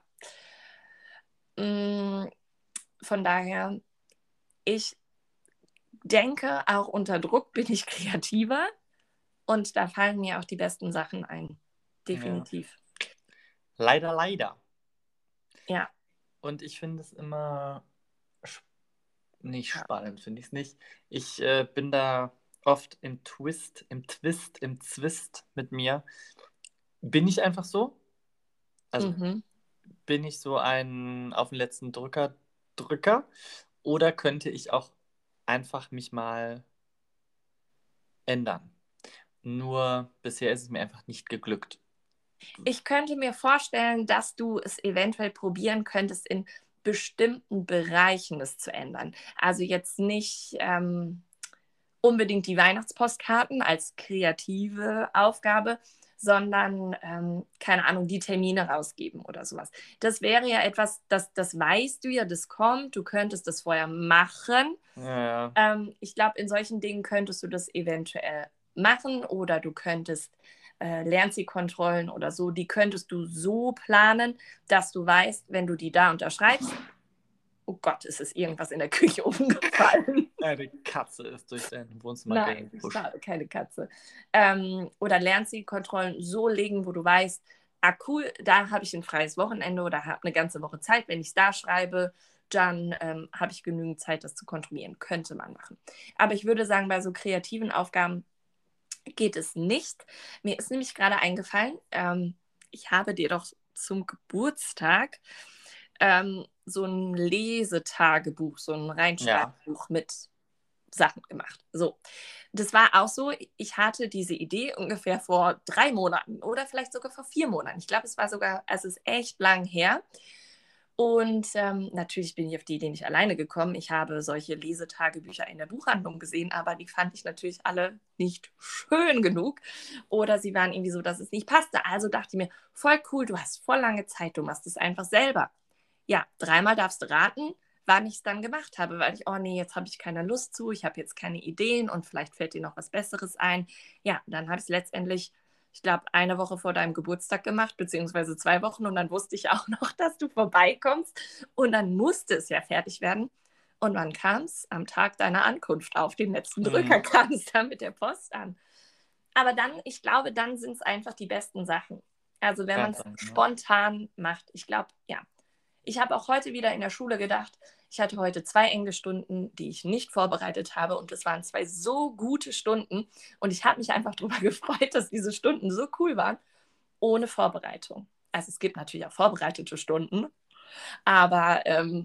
Mm, von daher, ich denke, auch unter Druck bin ich kreativer und da fallen mir auch die besten Sachen ein. Ja. Definitiv. Leider, leider. Ja. Und ich finde es immer sp nicht spannend, finde ich es nicht. Ich äh, bin da oft im Twist, im Twist, im Zwist mit mir. Bin ich einfach so? Also Mhm. bin ich so ein auf den letzten Drücker Drücker? Oder könnte ich auch einfach mich mal ändern? Nur bisher ist es mir einfach nicht geglückt. Ich könnte mir vorstellen, dass du es eventuell probieren könntest, in bestimmten Bereichen es zu ändern. Also jetzt nicht ähm, unbedingt die Weihnachtspostkarten als kreative Aufgabe, sondern, ähm, keine Ahnung, die Termine rausgeben oder sowas. Das wäre ja etwas, das, das weißt du ja, das kommt, du könntest das vorher machen. Ja, Ähm, ich glaube, in solchen Dingen könntest du das eventuell machen oder du könntest äh, Lernzielkontrollen oder so, die könntest du so planen, dass du weißt, wenn du die da unterschreibst, oh Gott, ist es irgendwas in der Küche umgefallen. eine Katze ist durch dein Wohnzimmer Nein, ich gehuscht. habe keine Katze. Ähm, oder Lernzielkontrollen so legen, wo du weißt, ah cool, da habe ich ein freies Wochenende oder habe eine ganze Woche Zeit. Wenn ich es da schreibe, dann ähm, habe ich genügend Zeit, das zu kontrollieren. Könnte man machen. Aber ich würde sagen, bei so kreativen Aufgaben geht es nicht. Mir ist nämlich gerade eingefallen, ähm, ich habe dir doch zum Geburtstag ähm, so ein Lesetagebuch, so ein Ja. Reinschreibbuch mit Sachen gemacht. So, das war auch so, ich hatte diese Idee ungefähr vor drei Monaten oder vielleicht sogar vor vier Monaten. Ich glaube, es war sogar, es ist echt lang her. Und ähm, natürlich bin ich auf die Idee nicht alleine gekommen. Ich habe solche Lesetagebücher in der Buchhandlung gesehen, aber die fand ich natürlich alle nicht schön genug. Oder sie waren irgendwie so, dass es nicht passte. Also dachte ich mir, voll cool, du hast voll lange Zeit, du machst es einfach selber. Ja, dreimal darfst du raten, wann ich es dann gemacht habe, weil ich, oh nee, jetzt habe ich keine Lust zu, ich habe jetzt keine Ideen und vielleicht fällt dir noch was Besseres ein. Ja, dann habe ich es letztendlich, ich glaube, eine Woche vor deinem Geburtstag gemacht, beziehungsweise zwei Wochen und dann wusste ich auch noch, dass du vorbeikommst und dann musste es ja fertig werden. Und wann kam es? Am Tag deiner Ankunft auf den letzten Drücker Mhm. kam es dann mit der Post an. Aber dann, ich glaube, dann sind es einfach die besten Sachen. Also wenn man Kann es sein, ja. spontan macht, ich glaube, ja. Ich habe auch heute wieder in der Schule gedacht, ich hatte heute zwei Englischstunden, die ich nicht vorbereitet habe und es waren zwei so gute Stunden und ich habe mich einfach darüber gefreut, dass diese Stunden so cool waren, ohne Vorbereitung. Also es gibt natürlich auch vorbereitete Stunden, aber ähm,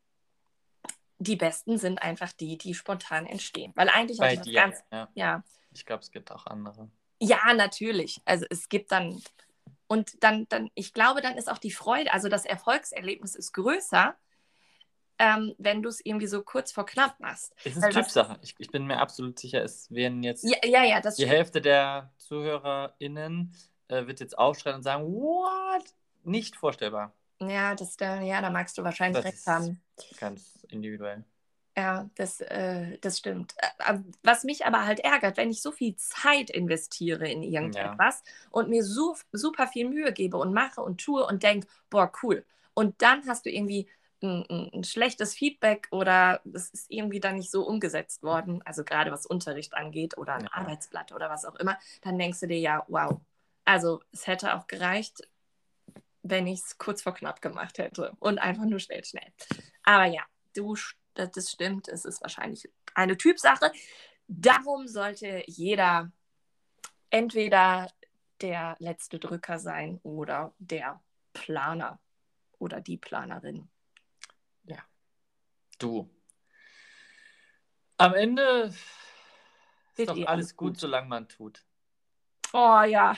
die besten sind einfach die, die spontan entstehen. Weil eigentlich hatte Bei ich was dir, ganz, ja. ja, Ich glaube, es gibt auch andere. ja, natürlich. Also es gibt dann Und dann, dann, ich glaube, dann ist auch die Freude, also das Erfolgserlebnis ist größer, ähm, wenn du es irgendwie so kurz vor knapp machst. Es ist Weil was, Typsache. Ich, ich bin mir absolut sicher, es werden jetzt ja, ja, ja, das die stimmt. Hälfte der ZuhörerInnen äh, wird jetzt aufschreien und sagen, what? Nicht vorstellbar. Ja, das, da, ja, da magst du wahrscheinlich Das recht ist haben. ganz individuell. Ja, das, äh, das stimmt. Äh, Was mich aber halt ärgert, wenn ich so viel Zeit investiere in Ja. irgendetwas und mir so, super viel Mühe gebe und mache und tue und denke, boah, cool. Und dann hast du irgendwie ein, ein, ein schlechtes Feedback oder es ist irgendwie dann nicht so umgesetzt worden, also gerade was Unterricht angeht oder ein Ja. Arbeitsblatt oder was auch immer, dann denkst du dir ja, wow. Also es hätte auch gereicht, wenn ich es kurz vor knapp gemacht hätte und einfach nur schnell, schnell. Aber ja, du, das das stimmt, es ist wahrscheinlich eine Typsache. Darum sollte jeder entweder der letzte Drücker sein oder der Planer oder die Planerin. Ja. Du. Am Ende ist Wird doch eh alles alles gut, gut. solange man tut. Oh ja,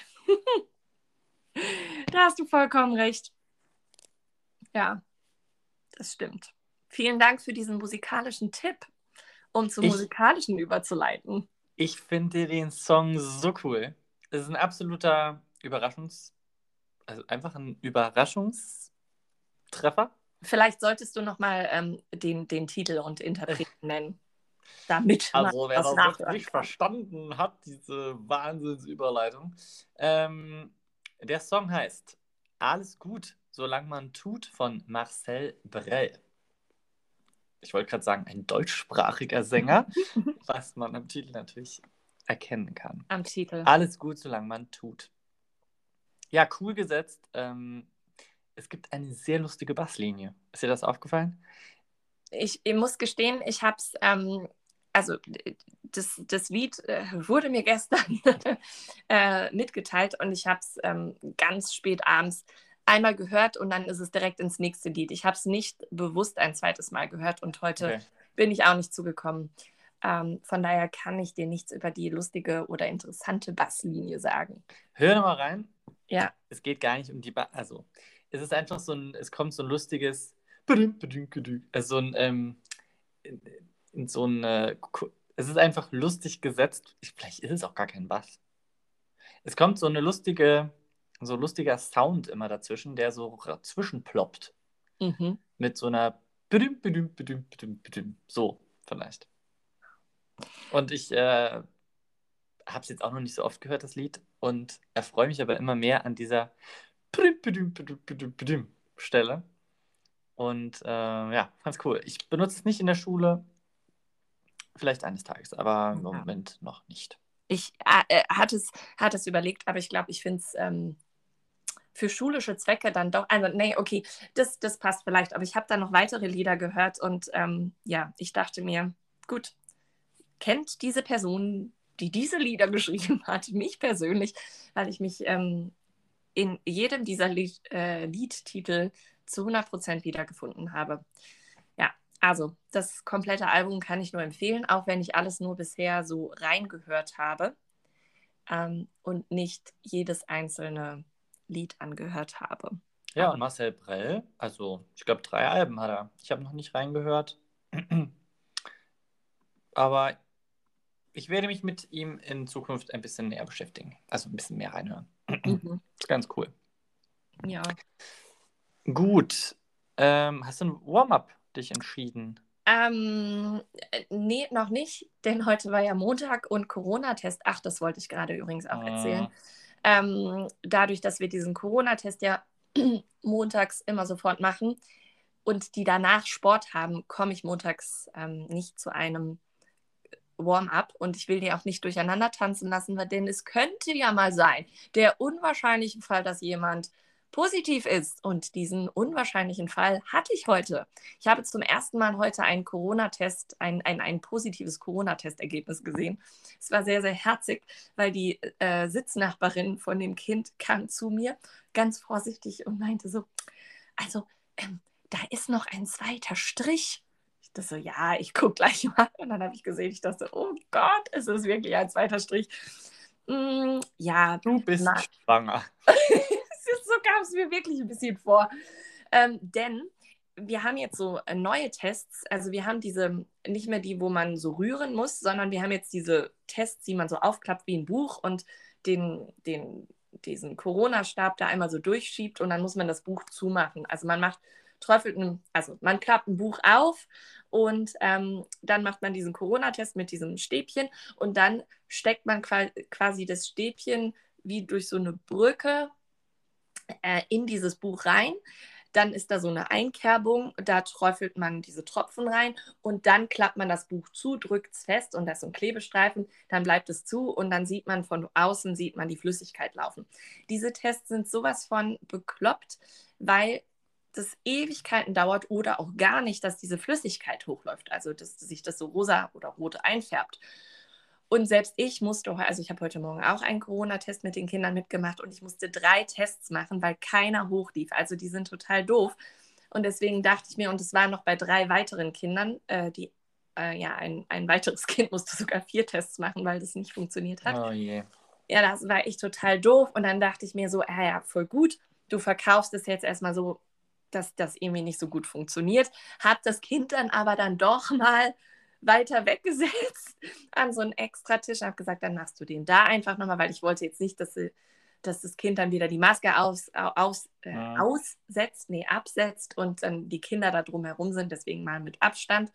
da hast du vollkommen recht. Ja, das stimmt. Vielen Dank für diesen musikalischen Tipp, um zum Ich- musikalischen überzuleiten. Ich finde den Song so cool. Es ist ein absoluter Überraschungs... Also einfach ein Überraschungstreffer. Vielleicht solltest du nochmal ähm, den, den Titel und Interpreten nennen, damit man Also, wer das das jetzt nachhören nicht kann. verstanden hat, diese Wahnsinnsüberleitung. Ähm, der Song heißt Alles gut, solange man tut von Marcel Brel. Ich wollte gerade sagen, ein deutschsprachiger Sänger, was man am Titel natürlich erkennen kann. Am Titel. Alles gut, solange man tut. Ja, cool gesetzt. Ähm, es gibt eine sehr lustige Basslinie. Ist dir das aufgefallen? Ich, ich muss gestehen, ich habe es, ähm, also das, das Lied äh, wurde mir gestern äh, mitgeteilt und ich habe es ähm, ganz spät abends einmal gehört und dann ist es direkt ins nächste Lied. Ich habe es nicht bewusst ein zweites Mal gehört und heute Okay. bin ich auch nicht zugekommen. Ähm, von daher kann ich dir nichts über die lustige oder interessante Basslinie sagen. Hör mal rein. Ja. Es geht gar nicht um die ba Also, es ist einfach so ein, es kommt so ein lustiges, also so ein, ähm, in, in so ein, äh, Ku- es ist einfach lustig gesetzt. Ich, vielleicht ist es auch gar kein Bass. Es kommt so eine lustige, so ein lustiger Sound immer dazwischen, der so zwischenploppt. Mhm. Mit so einer so vielleicht. Und ich äh, habe es jetzt auch noch nicht so oft gehört, das Lied, und erfreue mich aber immer mehr an dieser Stelle. Und äh, ja, ganz cool. Ich benutze es nicht in der Schule, vielleicht eines Tages, aber im Ja. Moment noch nicht. Ich äh, hatte es, hatte es überlegt, aber ich glaube, ich finde es ähm, für schulische Zwecke dann doch, also nee, okay, das, das passt vielleicht, aber ich habe dann noch weitere Lieder gehört und ähm, ja, ich dachte mir, gut, kennt diese Person, die diese Lieder geschrieben hat, mich persönlich, weil ich mich ähm, in jedem dieser Lied, äh, Liedtitel zu hundert Prozent wiedergefunden habe. Ja, also das komplette Album kann ich nur empfehlen, auch wenn ich alles nur bisher so reingehört habe ähm, und nicht jedes einzelne Lied angehört habe. Ja, Aber und Marcel Brel, also ich glaube, drei Alben hat er. Ich habe noch nicht reingehört. Aber ich werde mich mit ihm in Zukunft ein bisschen näher beschäftigen. Also ein bisschen mehr reinhören. mhm. Ist ganz cool. Ja. Gut. Ähm, hast du ein Warm-up dich entschieden? Ähm, äh, nee, noch nicht, denn heute war ja Montag und Corona-Test. Ach, das wollte ich gerade übrigens auch erzählen. Äh, Ähm, dadurch, dass wir diesen Corona-Test ja montags immer sofort machen und die danach Sport haben, komme ich montags ähm, nicht zu einem Warm-up und ich will die auch nicht durcheinander tanzen lassen, weil denn es könnte ja mal sein, der unwahrscheinliche Fall, dass jemand positiv ist. Und diesen unwahrscheinlichen Fall hatte ich heute. Ich habe zum ersten Mal heute einen Corona-Test, ein, ein, ein positives Corona-Testergebnis gesehen. Es war sehr, sehr herzig, weil die äh, Sitznachbarin von dem Kind kam zu mir, ganz vorsichtig und meinte so, also ähm, da ist noch ein zweiter Strich. Ich dachte so, ja, ich gucke gleich mal. Und dann habe ich gesehen, ich dachte, oh Gott, es ist wirklich ein zweiter Strich. Mm, ja, du bist na, schwanger. kam es mir wirklich ein bisschen vor. Ähm, denn wir haben jetzt so äh, neue Tests, also wir haben diese, nicht mehr die, wo man so rühren muss, sondern wir haben jetzt diese Tests, die man so aufklappt wie ein Buch und den, den, diesen Corona-Stab da einmal so durchschiebt und dann muss man das Buch zumachen. Also man macht träufelt, ein, also man klappt ein Buch auf und ähm, dann macht man diesen Corona-Test mit diesem Stäbchen und dann steckt man quasi das Stäbchen wie durch so eine Brücke äh, in dieses Buch rein. Dann ist da so eine Einkerbung, da träufelt man diese Tropfen rein und dann klappt man das Buch zu, drückt es fest und da ist so ein Klebestreifen, dann bleibt es zu und dann sieht man von außen, sieht man die Flüssigkeit laufen. Diese Tests sind sowas von bekloppt, weil das Ewigkeiten dauert oder auch gar nicht, dass diese Flüssigkeit hochläuft, also dass sich das so rosa oder rot einfärbt. Und selbst ich musste, also ich habe heute Morgen auch einen Corona-Test mit den Kindern mitgemacht und ich musste drei Tests machen, weil keiner hochlief. Also die sind total doof. Und deswegen dachte ich mir, und es waren noch bei drei weiteren Kindern, äh, die, äh, ja, ein, ein weiteres Kind musste sogar vier Tests machen, weil das nicht funktioniert hat. Oh je. Ja, das war echt total doof. Und dann dachte ich mir so, ah ja, voll gut, du verkaufst es jetzt erstmal so, dass das irgendwie nicht so gut funktioniert. Hab das Kind dann aber dann doch mal weiter weggesetzt an so einen extra Tisch und habe gesagt, dann machst du den da einfach nochmal, weil ich wollte jetzt nicht, dass, sie, dass das Kind dann wieder die Maske aus, aus, äh, ja. aussetzt, nee, absetzt und dann die Kinder da drumherum sind, deswegen mal mit Abstand.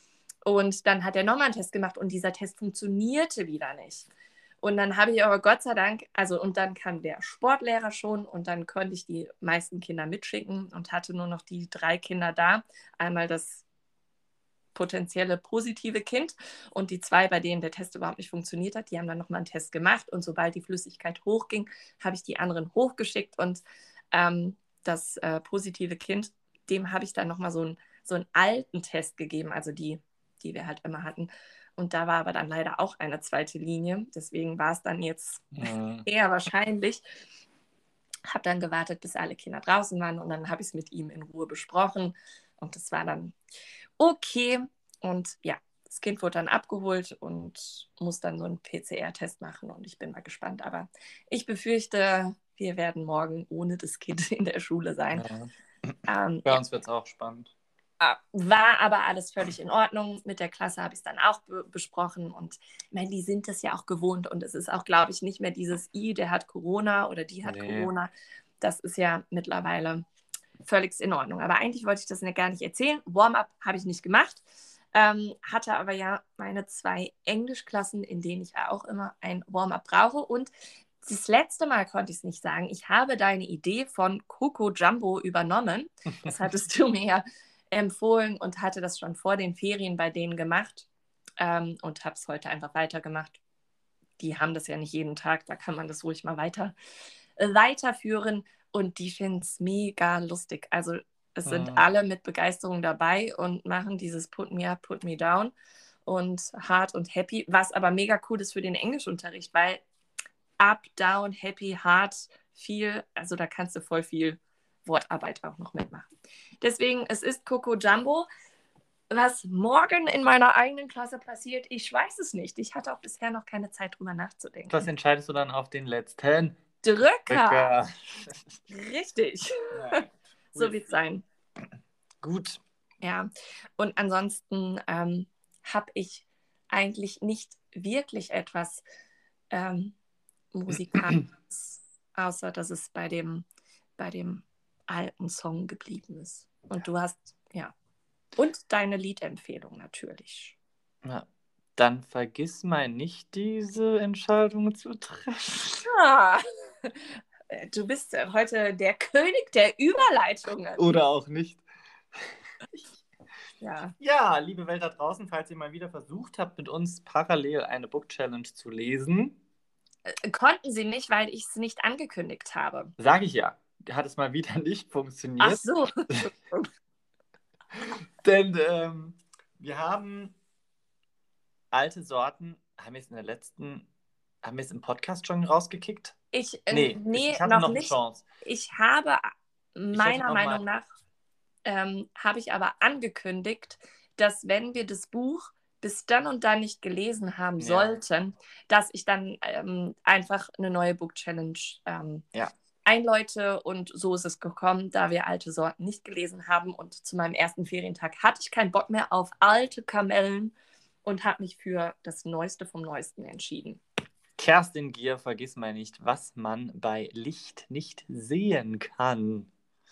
Und dann hat er nochmal einen Test gemacht und dieser Test funktionierte wieder nicht. Und dann habe ich aber Gott sei Dank, also und dann kam der Sportlehrer schon und dann konnte ich die meisten Kinder mitschicken und hatte nur noch die drei Kinder da. Einmal das potenzielle positive Kind und die zwei, bei denen der Test überhaupt nicht funktioniert hat, die haben dann nochmal einen Test gemacht und sobald die Flüssigkeit hochging, habe ich die anderen hochgeschickt und ähm, das äh, positive Kind, dem habe ich dann nochmal so, ein, so einen alten Test gegeben, also die, die wir halt immer hatten. Und da war aber dann leider auch eine zweite Linie, deswegen war es dann jetzt mhm. eher wahrscheinlich. Habe dann gewartet, bis alle Kinder draußen waren und dann habe ich es mit ihm in Ruhe besprochen und das war dann okay. Und ja, das Kind wurde dann abgeholt und muss dann so einen P C R-Test machen und ich bin mal gespannt. Aber ich befürchte, wir werden morgen ohne das Kind in der Schule sein. Ja. Ähm, Bei ja. uns wird es auch spannend. War aber alles völlig in Ordnung. Mit der Klasse habe ich es dann auch be- besprochen und ich meine, die sind das ja auch gewohnt und es ist auch, glaube ich, nicht mehr dieses I, der hat Corona oder die hat nee. Corona. Das ist ja mittlerweile völlig in Ordnung. Aber eigentlich wollte ich das gar nicht erzählen. Warm-up habe ich nicht gemacht, ähm, hatte aber ja meine zwei Englischklassen, in denen ich auch immer ein Warm-up brauche. Und das letzte Mal konnte ich es nicht sagen. Ich habe deine Idee von Coco Jumbo übernommen. Das hattest du mir ja empfohlen und hatte das schon vor den Ferien bei denen gemacht ähm, und habe es heute einfach weitergemacht. Die haben das ja nicht jeden Tag, da kann man das ruhig mal weiter, äh, weiterführen. Und die finden es mega lustig. Also es sind mhm. alle mit Begeisterung dabei und machen dieses Put me up, put me down und hard und happy, was aber mega cool ist für den Englischunterricht, weil up, down, happy, hard, viel, also da kannst du voll viel Wortarbeit auch noch mitmachen. Deswegen, es ist Coco Jumbo. Was morgen in meiner eigenen Klasse passiert, ich weiß es nicht. Ich hatte auch bisher noch keine Zeit, drüber nachzudenken. Das entscheidest du dann auf den letzten Drücker. Drücker. Richtig. Ja. So wird es sein. Gut. Ja, und ansonsten ähm, habe ich eigentlich nicht wirklich etwas ähm, Musikalisches, außer dass es bei dem, bei dem alten Song geblieben ist. Und du hast, ja. Und deine Liedempfehlung natürlich. Ja. Dann vergiss mal nicht, diese Entscheidung zu treffen. Ah. Du bist heute der König der Überleitungen. Oder auch nicht. Ja. Ja, liebe Welt da draußen, falls ihr mal wieder versucht habt, mit uns parallel eine Book Challenge zu lesen. Äh, konnten sie nicht, weil ich es nicht angekündigt habe. Sag ich ja. Hat es mal wieder nicht funktioniert. Ach so. Denn ähm, wir haben alte Sorten, haben wir es in der letzten, haben wir es im Podcast schon rausgekickt? Ich, äh, nee, nee, ich hatte noch, noch eine nicht. Chance. Ich habe, meiner Meinung nach, ähm, habe ich aber angekündigt, dass wenn wir das Buch bis dann und dann nicht gelesen haben ja. sollten, dass ich dann ähm, einfach eine neue Book Challenge ähm, ja. einläute. Und so ist es gekommen, da wir alte Sorten nicht gelesen haben. Und zu meinem ersten Ferientag hatte ich keinen Bock mehr auf alte Kamellen und habe mich für das Neueste vom Neuesten entschieden. Kerstin Gier, vergiss mal nicht, was man bei Licht nicht sehen kann.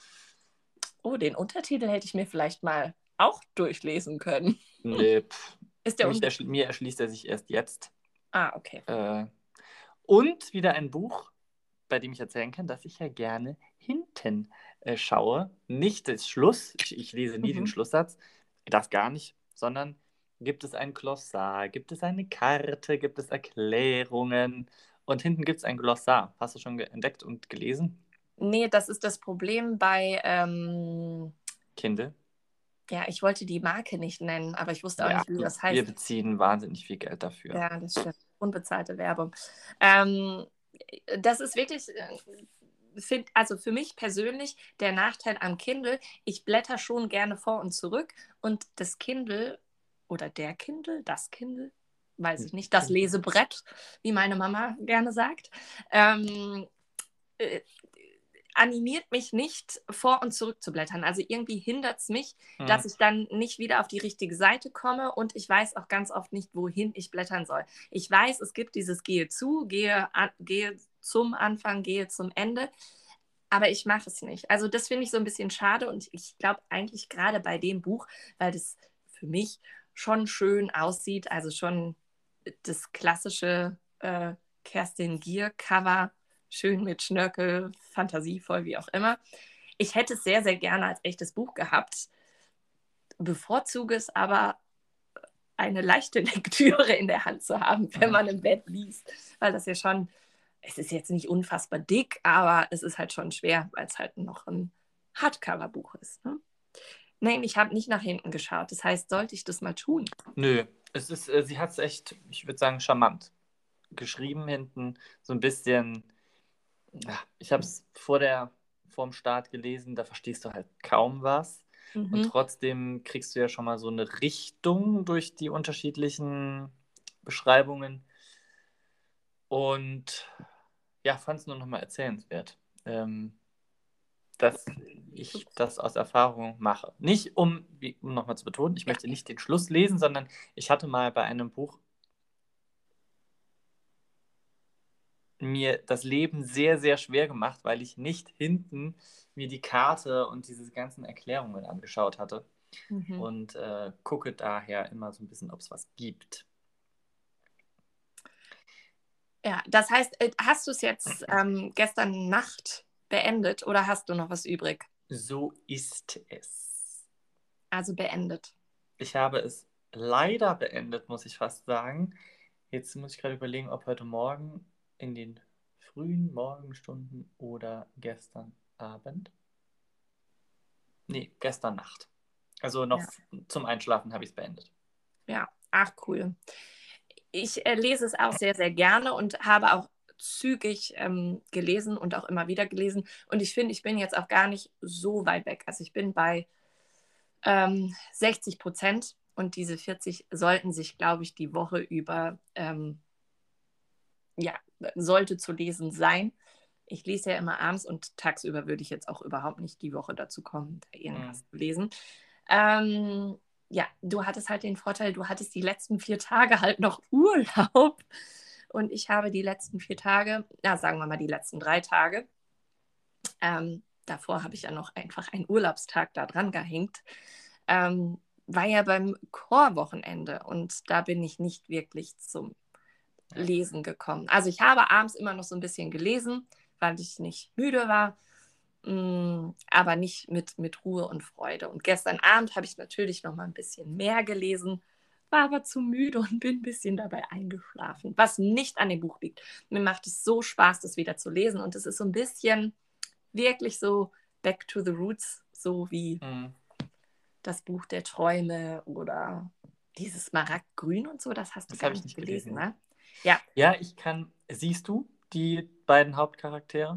Oh, den Untertitel hätte ich mir vielleicht mal auch durchlesen können. Nee, pff. Ist der Mich unbe- erschli- mir erschließt er sich erst jetzt. Ah, okay. Äh, und wieder ein Buch, bei dem ich erzählen kann, dass ich ja gerne hinten äh, schaue. Nicht das Schluss, ich, ich lese nie Mhm. den Schlusssatz, das gar nicht, sondern gibt es ein Glossar, gibt es eine Karte, gibt es Erklärungen und hinten gibt es ein Glossar. Hast du schon ge- entdeckt und gelesen? Nee, das ist das Problem bei, ähm, Kindle? ja, ich wollte die Marke nicht nennen, aber ich wusste auch Ja, nicht, wie das wir heißt. beziehen wahnsinnig viel Geld dafür. Ja, das stimmt. Unbezahlte Werbung. Ähm, das ist wirklich, äh, find, also für mich persönlich der Nachteil am Kindle, ich blätter schon gerne vor und zurück und das Kindle oder der Kindle, das Kindle, weiß ich nicht, das Kindle. Lesebrett, wie meine Mama gerne sagt, ähm, äh, animiert mich nicht, vor und zurück zu blättern. Also irgendwie hindert es mich, Mhm. dass ich dann nicht wieder auf die richtige Seite komme und ich weiß auch ganz oft nicht, wohin ich blättern soll. Ich weiß, es gibt dieses Gehe zu, gehe, an, gehe zum Anfang, gehe zum Ende, aber ich mache es nicht. Also das finde ich so ein bisschen schade und ich glaube eigentlich gerade bei dem Buch, weil das für mich schon schön aussieht, also schon das klassische äh, Kerstin Gier-Cover, schön mit Schnörkel, fantasievoll, wie auch immer. Ich hätte es sehr, sehr gerne als echtes Buch gehabt, bevorzuge es aber, eine leichte Lektüre in der Hand zu haben, wenn man im Bett liest, weil das ja schon, es ist jetzt nicht unfassbar dick, aber es ist halt schon schwer, weil es halt noch ein Hardcover-Buch ist. Ne? Nein, ich habe nicht nach hinten geschaut. Das heißt, sollte ich das mal tun? Nö, es ist, äh, sie hat es echt, ich würde sagen, charmant geschrieben hinten, so ein bisschen, ja, ich habe es vor der, vorm Start gelesen, da verstehst du halt kaum was und Mhm. trotzdem kriegst du ja schon mal so eine Richtung durch die unterschiedlichen Beschreibungen und ja, fand es nur noch mal erzählenswert, ähm, dass ich das aus Erfahrung mache. Nicht um, wie, um nochmal zu betonen, ich Ja. möchte nicht den Schluss lesen, sondern ich hatte mal bei einem Buch mir das Leben sehr, sehr schwer gemacht, weil ich nicht hinten mir die Karte und diese ganzen Erklärungen angeschaut hatte. Mhm. Und äh, gucke daher immer so ein bisschen, ob es was gibt. Ja, das heißt, äh, hast du es jetzt ähm, gestern Nacht beendet oder hast du noch was übrig? So ist es. Also beendet. Ich habe es leider beendet, muss ich fast sagen. Jetzt muss ich gerade überlegen, ob heute Morgen in den frühen Morgenstunden oder gestern Abend. Nee, gestern Nacht. Also noch Ja. zum Einschlafen habe ich es beendet. Ja, ach cool. Ich äh, lese es auch sehr, sehr gerne und habe auch zügig ähm, gelesen und auch immer wieder gelesen. Und ich finde, ich bin jetzt auch gar nicht so weit weg. Also ich bin bei ähm, sechzig Prozent und diese vierzig sollten sich, glaube ich, die Woche über, ähm, ja, sollte zu lesen sein. Ich lese ja immer abends und tagsüber würde ich jetzt auch überhaupt nicht die Woche dazu kommen, da irgendwas Mhm. zu lesen. Ähm, ja, du hattest halt den Vorteil, du hattest die letzten vier Tage halt noch Urlaub und ich habe die letzten vier Tage, ja, sagen wir mal die letzten drei Tage, ähm, davor habe ich ja noch einfach einen Urlaubstag da dran gehängt, ähm, war ja beim Chorwochenende und da bin ich nicht wirklich zum Lesen gekommen. Also ich habe abends immer noch so ein bisschen gelesen, weil ich nicht müde war, mh, aber nicht mit, mit Ruhe und Freude. Und gestern Abend habe ich natürlich noch mal ein bisschen mehr gelesen, war aber zu müde und bin ein bisschen dabei eingeschlafen, was nicht an dem Buch liegt. Mir macht es so Spaß, das wieder zu lesen und es ist so ein bisschen wirklich so Back to the Roots, so wie Mhm. das Buch der Träume oder dieses Smaragdgrün und so, das hast du Das gar habe ich nicht nicht gelesen, gelesen. ne? Ja, Ja, ich kann. Siehst du die beiden Hauptcharaktere?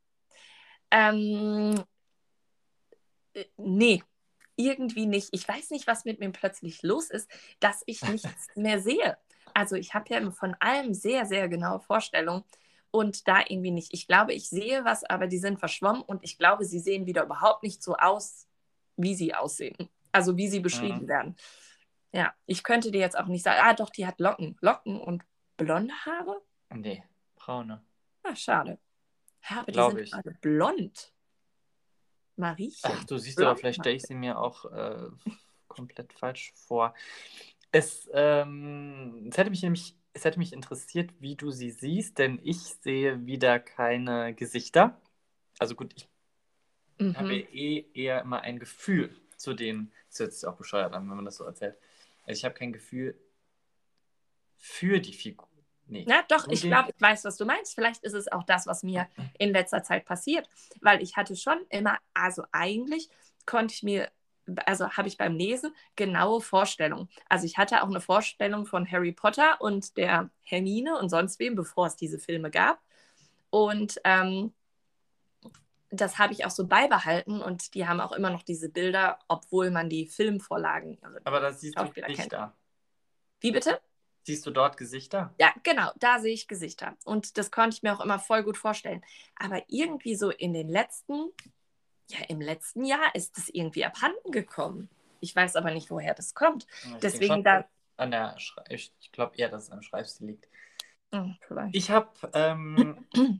ähm, äh, nee, irgendwie nicht. Ich weiß nicht, was mit mir plötzlich los ist, dass ich nichts mehr sehe. Also ich habe ja von allem sehr, sehr genaue Vorstellungen und da irgendwie nicht. Ich glaube, ich sehe was, aber die sind verschwommen und ich glaube, sie sehen wieder überhaupt nicht so aus, wie sie aussehen. Also wie sie beschrieben Mhm. werden. Ja, ich könnte dir jetzt auch nicht sagen, ah doch, die hat Locken. Locken und blonde Haare? Nee, braune. Ah, schade. Ja, aber die Glaube sind ich. alle blond. Ach, Mariechen. du siehst aber, Blond. vielleicht stelle ich sie mir auch äh, komplett falsch vor. Es, ähm, es hätte mich nämlich, es hätte mich interessiert, wie du sie siehst, denn ich sehe wieder keine Gesichter. Also gut, ich habe Mhm. eh eher immer ein Gefühl zu denen. Das hört sich auch bescheuert an, wenn man das so erzählt. Also ich habe kein Gefühl für die Figur. Nee. Ja, doch, Du ich den? glaube, ich weiß, was du meinst. Vielleicht ist es auch das, was mir in letzter Zeit passiert, weil ich hatte schon immer, also eigentlich konnte ich mir, also habe ich beim Lesen genaue Vorstellungen. Also ich hatte auch eine Vorstellung von Harry Potter und der Hermine und sonst wem, bevor es diese Filme gab. Und ähm, das habe ich auch so beibehalten und die haben auch immer noch diese Bilder, obwohl man die Filmvorlagen, also Aber die da siehst du Schauspieler kennt. Gesichter. Wie bitte? Siehst du dort Gesichter? Ja, genau, da sehe ich Gesichter. Und das konnte ich mir auch immer voll gut vorstellen. Aber irgendwie so in den letzten, ja, im letzten Jahr ist das irgendwie abhanden gekommen. Ich weiß aber nicht, woher das kommt. Ich denke schon Deswegen da. an der Schrei ich, ich glaube eher, dass es am Schreibstil liegt. Hm, vielleicht. Ich habe, ähm,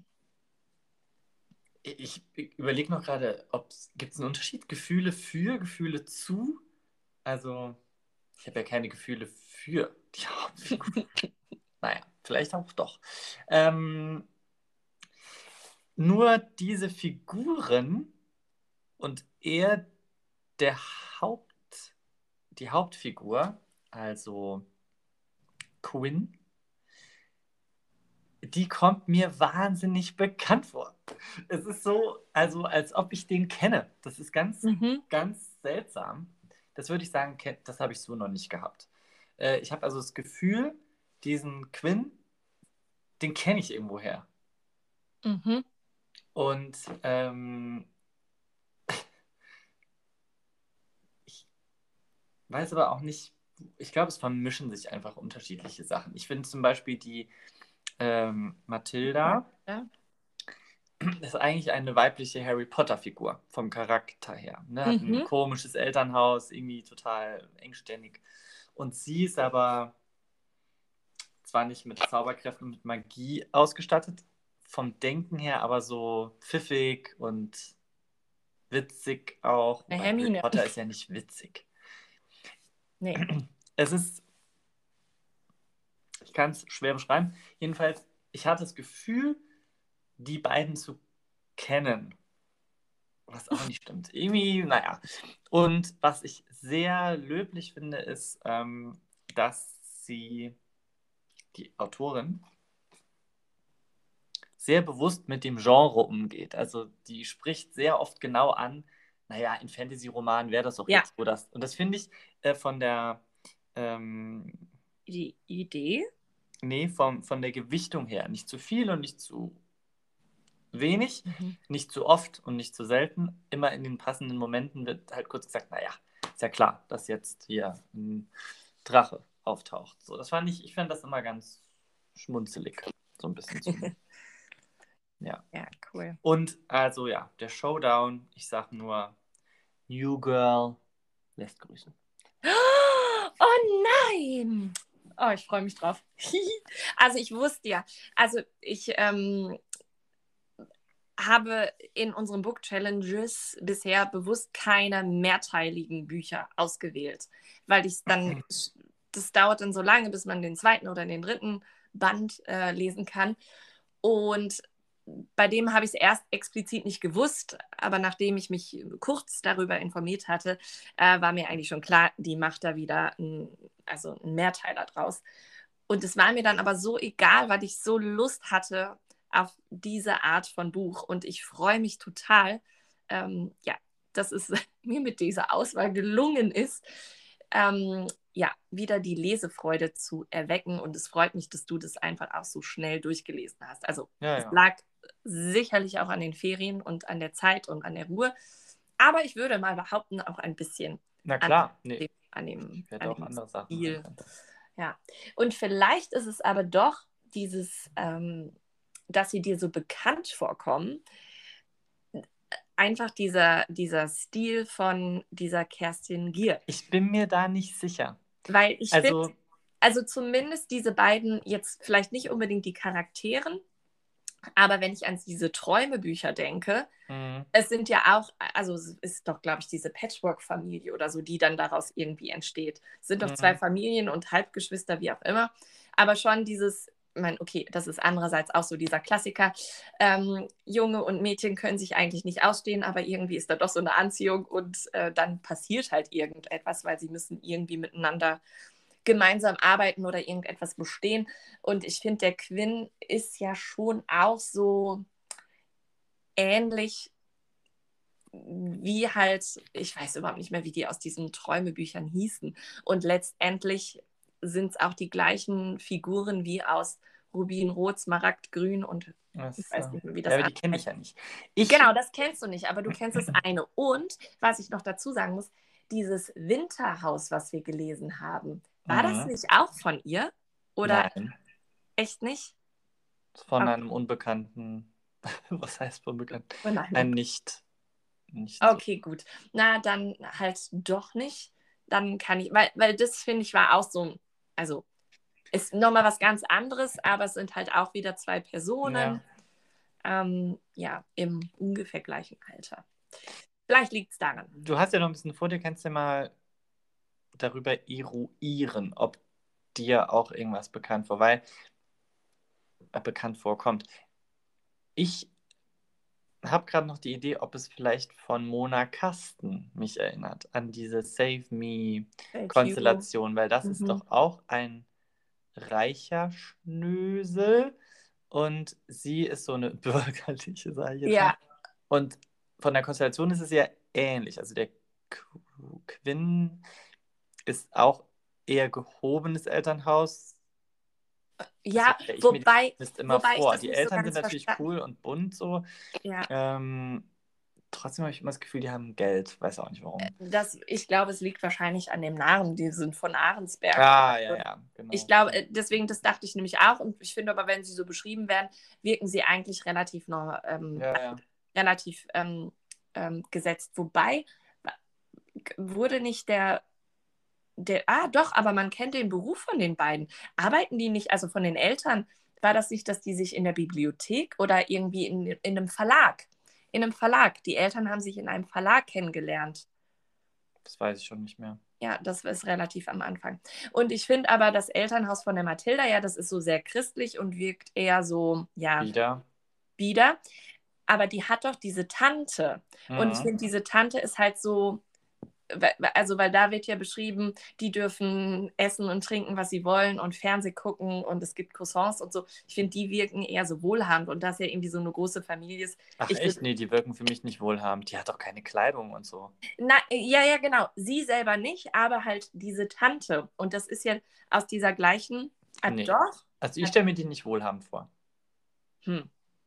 ich, ich überlege noch gerade, ob es gibt es einen Unterschied? Gefühle für, Gefühle zu? Also, ich habe ja keine Gefühle für die Hauptfigur. Naja, vielleicht auch doch. Ähm, nur diese Figuren und eher der Haupt, die Hauptfigur, also Quinn, die kommt mir wahnsinnig bekannt vor. Es ist so, also als ob ich den kenne. Das ist ganz, Mhm. ganz seltsam. Das würde ich sagen, ke- das habe ich so noch nicht gehabt. Äh, ich habe also das Gefühl, diesen Quinn, den kenne ich irgendwoher. Mhm. Und ähm, ich weiß aber auch nicht, ich glaube, es vermischen sich einfach unterschiedliche Sachen. Ich finde zum Beispiel die ähm, Mathilda Ja. ist eigentlich eine weibliche Harry Potter-Figur vom Charakter her. Ne? Hat ein Mhm. komisches Elternhaus, irgendwie total engständig. Und sie ist aber zwar nicht mit Zauberkräften und mit Magie ausgestattet, vom Denken her aber so pfiffig und witzig auch. Eine Wobei Harry Hermine. Potter ist ja nicht witzig. Nee. Es ist, ich kann es schwer beschreiben. Jedenfalls, ich hatte das Gefühl, die beiden zu kennen. Was auch nicht stimmt. Irgendwie, naja. Und was ich sehr löblich finde, ist, ähm, dass sie, die Autorin, sehr bewusst mit dem Genre umgeht. Also die spricht sehr oft genau an, naja, in Fantasy-Romanen wäre das doch Ja, jetzt so das. Und das finde ich äh, von der, ähm, die Idee. nee, vom, von der Gewichtung her nicht zu viel und nicht zu wenig, Mhm. nicht zu oft und nicht zu selten. Immer in den passenden Momenten wird halt kurz gesagt, naja, ist ja klar, dass jetzt hier ein Drache auftaucht. So, das fand ich, ich fand das immer ganz schmunzelig. So ein bisschen zum, ja. Ja, cool. Und also ja, der Showdown, ich sag nur, New Girl lässt grüßen. Oh nein! Oh, ich freue mich drauf. Also ich wusste ja, also ich ähm, habe in unseren Book Challenges bisher bewusst keine mehrteiligen Bücher ausgewählt, weil ich es dann, das dauert dann so lange, bis man den zweiten oder den dritten Band äh, lesen kann. Und bei dem habe ich es erst explizit nicht gewusst, aber nachdem ich mich kurz darüber informiert hatte, äh, war mir eigentlich schon klar, die macht da wieder ein, also einen Mehrteiler draus. Und es war mir dann aber so egal, weil ich so Lust hatte auf diese Art von Buch. Und ich freue mich total, ähm, ja, dass es mir mit dieser Auswahl gelungen ist, ähm, ja, wieder die Lesefreude zu erwecken. Und es freut mich, dass du das einfach auch so schnell durchgelesen hast. Also Ja, es ja. lag sicherlich auch an den Ferien und an der Zeit und an der Ruhe. Aber ich würde mal behaupten, auch ein bisschen Na an klar, nee. dem, an dem, Ich werde an auch dem andere Sachen Stil. anfangen. Ja. Und vielleicht ist es aber doch dieses, ähm, dass sie dir so bekannt vorkommen. Einfach dieser, dieser Stil von dieser Kerstin Gier. Ich bin mir da nicht sicher. Weil ich Also, finde, also zumindest diese beiden, jetzt vielleicht nicht unbedingt die Charakteren, aber wenn ich an diese Träumebücher denke, mh, es sind ja auch, also es ist doch, glaube ich, diese Patchwork-Familie oder so, die dann daraus irgendwie entsteht. Es sind doch mh, zwei Familien und Halbgeschwister, wie auch immer. Aber schon dieses, ich meine, okay, das ist andererseits auch so dieser Klassiker. Ähm, Junge und Mädchen können sich eigentlich nicht ausstehen, aber irgendwie ist da doch so eine Anziehung und äh, dann passiert halt irgendetwas, weil sie müssen irgendwie miteinander gemeinsam arbeiten oder irgendetwas bestehen. Und ich finde, der Quinn ist ja schon auch so ähnlich wie halt, ich weiß überhaupt nicht mehr, wie die aus diesen Träumebüchern hießen. Und letztendlich sind es auch die gleichen Figuren wie aus Rubinrot, Smaragdgrün und ich weiß so. nicht mehr, wie das Ja, aber die andere kenne ich heißt. ja nicht. Ich, Genau, das kennst du nicht, aber du kennst das eine. Und was ich noch dazu sagen muss, dieses Winterhaus, was wir gelesen haben, war das mh, nicht auch von ihr? Oder nein, echt nicht? von Okay. einem Unbekannten, was heißt unbekannt? Oh nein. Ein nicht, nicht so. Okay, gut. Na, dann halt doch nicht. Dann kann ich, weil, weil das finde ich war auch so, also ist nochmal was ganz anderes, aber es sind halt auch wieder zwei Personen, Ja. ähm, ja, im ungefähr gleichen Alter. Vielleicht liegt es daran. Du hast ja noch ein bisschen vor dir, kannst du ja mal darüber eruieren, ob dir auch irgendwas bekannt vor, weil, äh, bekannt vorkommt. Ich habe gerade noch die Idee, ob es vielleicht von Mona Kasten mich erinnert, an diese Save Fällt Hugo. Me-Konstellation, weil das ist Mhm. doch auch ein reicher Schnösel und sie ist so eine bürgerliche, sage ich jetzt mal. Ja, Und von der Konstellation ist es ja ähnlich. Also der Qu- Quinn ist auch eher gehobenes Elternhaus. So ja, stelle ich mir die wobei, zumindest immer wobei ich vor. das Die nicht so Eltern sind ganz natürlich verstanden. cool und bunt so. Ja, Ähm, trotzdem habe ich immer das Gefühl, die haben Geld. Weiß auch nicht warum. das, ich glaube, es liegt wahrscheinlich an dem Namen. Die sind von Ahrensberg. Ah, ja, ja, Ich genau. glaube, äh, deswegen, das dachte ich nämlich auch. Und ich finde aber, wenn sie so beschrieben werden, wirken sie eigentlich relativ noch, ähm, Ja, ja. relativ ähm, ähm, gesetzt. Wobei, wurde nicht der, der, ah doch, aber man kennt den Beruf von den beiden. Arbeiten die nicht, also von den Eltern, war das nicht, dass die sich in der Bibliothek oder irgendwie in, in einem Verlag, in einem Verlag, die Eltern haben sich in einem Verlag kennengelernt. Das weiß ich schon nicht mehr. Ja, das ist relativ am Anfang. Und ich finde aber das Elternhaus von der Mathilda, ja, das ist so sehr christlich und wirkt eher so, ja, Wieder. bieder. Aber die hat doch diese Tante. Und ich Mhm. finde, diese Tante ist halt so, also weil da wird ja beschrieben, die dürfen essen und trinken, was sie wollen und Fernseh gucken und es gibt Croissants und so. Ich finde, die wirken eher so wohlhabend und das ja irgendwie so eine große Familie ist. Ach Ich echt? würd, Nee, die wirken für mich nicht wohlhabend. Die hat doch keine Kleidung und so. na, ja, ja, genau. Sie selber nicht, aber halt diese Tante. Und das ist ja aus dieser gleichen, ah, Nee. doch. Also ich stelle mir die nicht wohlhabend vor. Hm.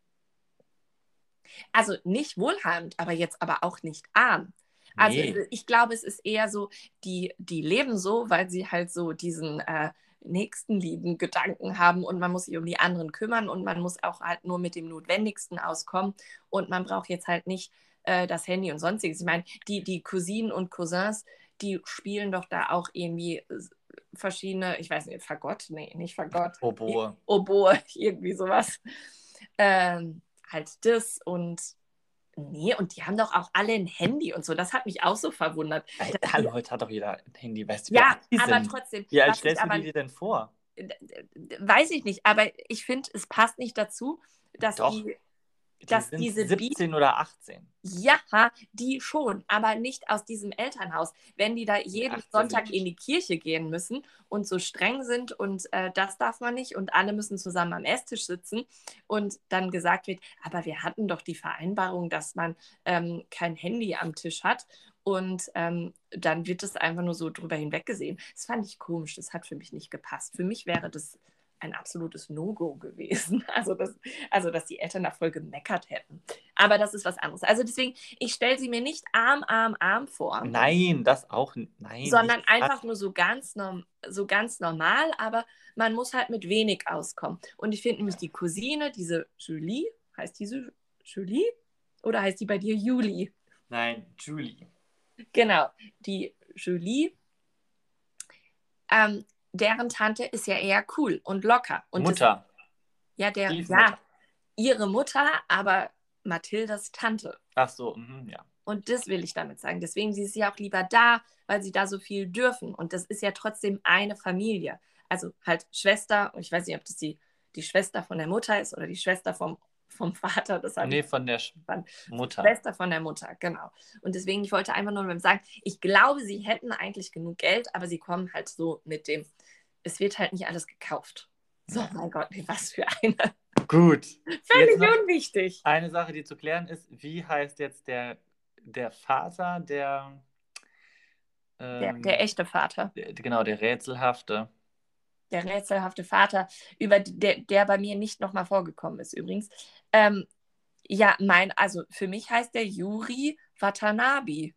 Also nicht wohlhabend, aber jetzt aber auch nicht arm. Also Nee. ich glaube, es ist eher so, die, die leben so, weil sie halt so diesen äh, nächstenlieben Gedanken haben und man muss sich um die anderen kümmern und man muss auch halt nur mit dem Notwendigsten auskommen und man braucht jetzt halt nicht äh, das Handy und sonstiges. Ich meine, die, die Cousinen und Cousins, die spielen doch da auch irgendwie äh, verschiedene, ich weiß nicht, Fagott? Nee, nicht Fagott. Oboe. Oboe, irgendwie sowas. Ähm, halt das und nee, und die haben doch auch alle ein Handy und so. Das hat mich auch so verwundert. Ey, Dass die, hallo, heute hat doch jeder ein Handy. Weißt du, wie ja, alt die aber sind? trotzdem, Wie alt was ich stellst du aber, dir die denn vor? weiß ich nicht, aber ich finde, es passt nicht dazu, dass Doch, die, die dass sind diese Bi siebzehn oder achtzehn. ja, die schon, aber nicht aus diesem Elternhaus. Wenn die da jeden achtzehn Sonntag sind in die Kirche gehen müssen und so streng sind und äh, das darf man nicht und alle müssen zusammen am Esstisch sitzen und dann gesagt wird, aber wir hatten doch die Vereinbarung, dass man ähm, kein Handy am Tisch hat und ähm, dann wird das einfach nur so drüber hinweggesehen. Das fand ich komisch, das hat für mich nicht gepasst. Für mich wäre das ein absolutes No-Go gewesen. Also, das, also, dass die Eltern da voll gemeckert hätten. Aber das ist was anderes. Also deswegen, ich stelle sie mir nicht arm, arm, arm vor. Nein, das auch n- nein. Sondern nicht einfach nur so ganz, norm so ganz normal, aber man muss halt mit wenig auskommen. Und ich finde nämlich die Cousine, diese Julie, heißt diese Julie? Oder heißt die bei dir Julie? Nein, Julie. Genau, die Julie, ähm, deren Tante ist ja eher cool und locker. Und Mutter. Das, ja, der, Stiefmutter. ja, ihre Mutter, aber Mathildas Tante. Ach so, mhm, ja. Und das will ich damit sagen. Deswegen sie ist ja auch lieber da, weil sie da so viel dürfen. Und das ist ja trotzdem eine Familie. Also halt Schwester, und ich weiß nicht, ob das die, die Schwester von der Mutter ist oder die Schwester vom, vom Vater. Das Nee, ich von der Sch verstanden. Mutter. Schwester von der Mutter, genau. Und deswegen, ich wollte einfach nur sagen, ich glaube, sie hätten eigentlich genug Geld, aber sie kommen halt so mit dem, es wird halt nicht alles gekauft. So, Ja. mein Gott, was für eine. Gut. Völlig Jetzt noch unwichtig. eine Sache, die zu klären ist, wie heißt jetzt der, der Vater, der, Der, ähm, der echte Vater. der, genau, der rätselhafte. Der rätselhafte Vater, über der, der bei mir nicht nochmal vorgekommen ist übrigens. Ähm, ja, mein, also für mich heißt der Yuri Watanabe.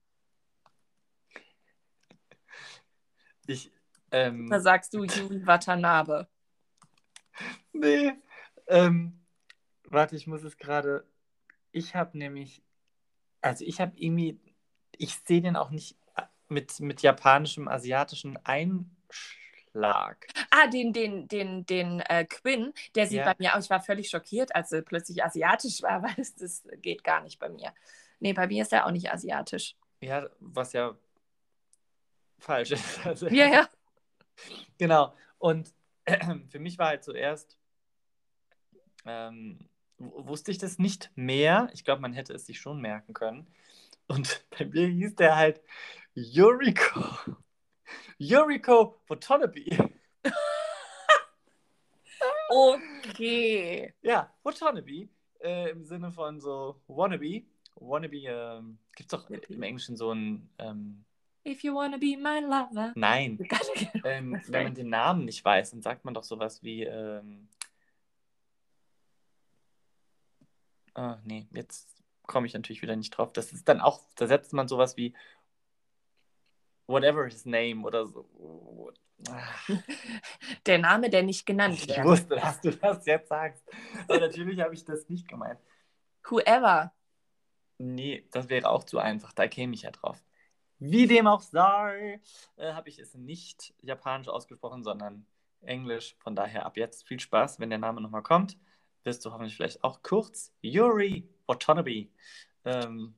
Ich, ähm, Da sagst du Yuri Watanabe. nee, ähm, warte, ich muss es gerade, ich habe nämlich, also ich habe irgendwie, ich sehe den auch nicht mit, mit japanischem, asiatischem Einschlag. Ah, den, den, den, den äh, Quinn, der sieht Ja. bei mir aus. Ich war völlig schockiert, als er plötzlich asiatisch war, weil das, das geht gar nicht bei mir. Nee, bei mir ist er auch nicht asiatisch. Ja, was ja falsch ist. Also, Ja, ja. genau. Und für mich war halt zuerst, ähm, w- wusste ich das nicht mehr. Ich glaube, man hätte es sich schon merken können. Und bei mir hieß der halt Yuriko. Yuriko Watanabe. Okay. Ja, Watanabe. Äh, Im Sinne von so Wannabe. Wannabe, ähm, gibt es doch im Englischen so ein, ähm, If you wanna be my lover. nein, You gotta get ähm, my wenn man den Namen nicht weiß, dann sagt man doch sowas wie, ähm, oh, nee, jetzt komme ich natürlich wieder nicht drauf. Das ist dann auch, da setzt man sowas wie whatever his name oder so. Ah, Der Name, der nicht genannt ich wird. wusste, dass du das jetzt sagst. Aber natürlich habe ich das nicht gemeint. Whoever. Nee, das wäre auch zu einfach. Da käme ich ja drauf. Wie dem auch sei, äh, habe ich es nicht japanisch ausgesprochen, sondern Englisch. Von daher ab jetzt viel Spaß, wenn der Name nochmal kommt. Wirst du hoffentlich vielleicht auch kurz Yuri Watanabe ähm,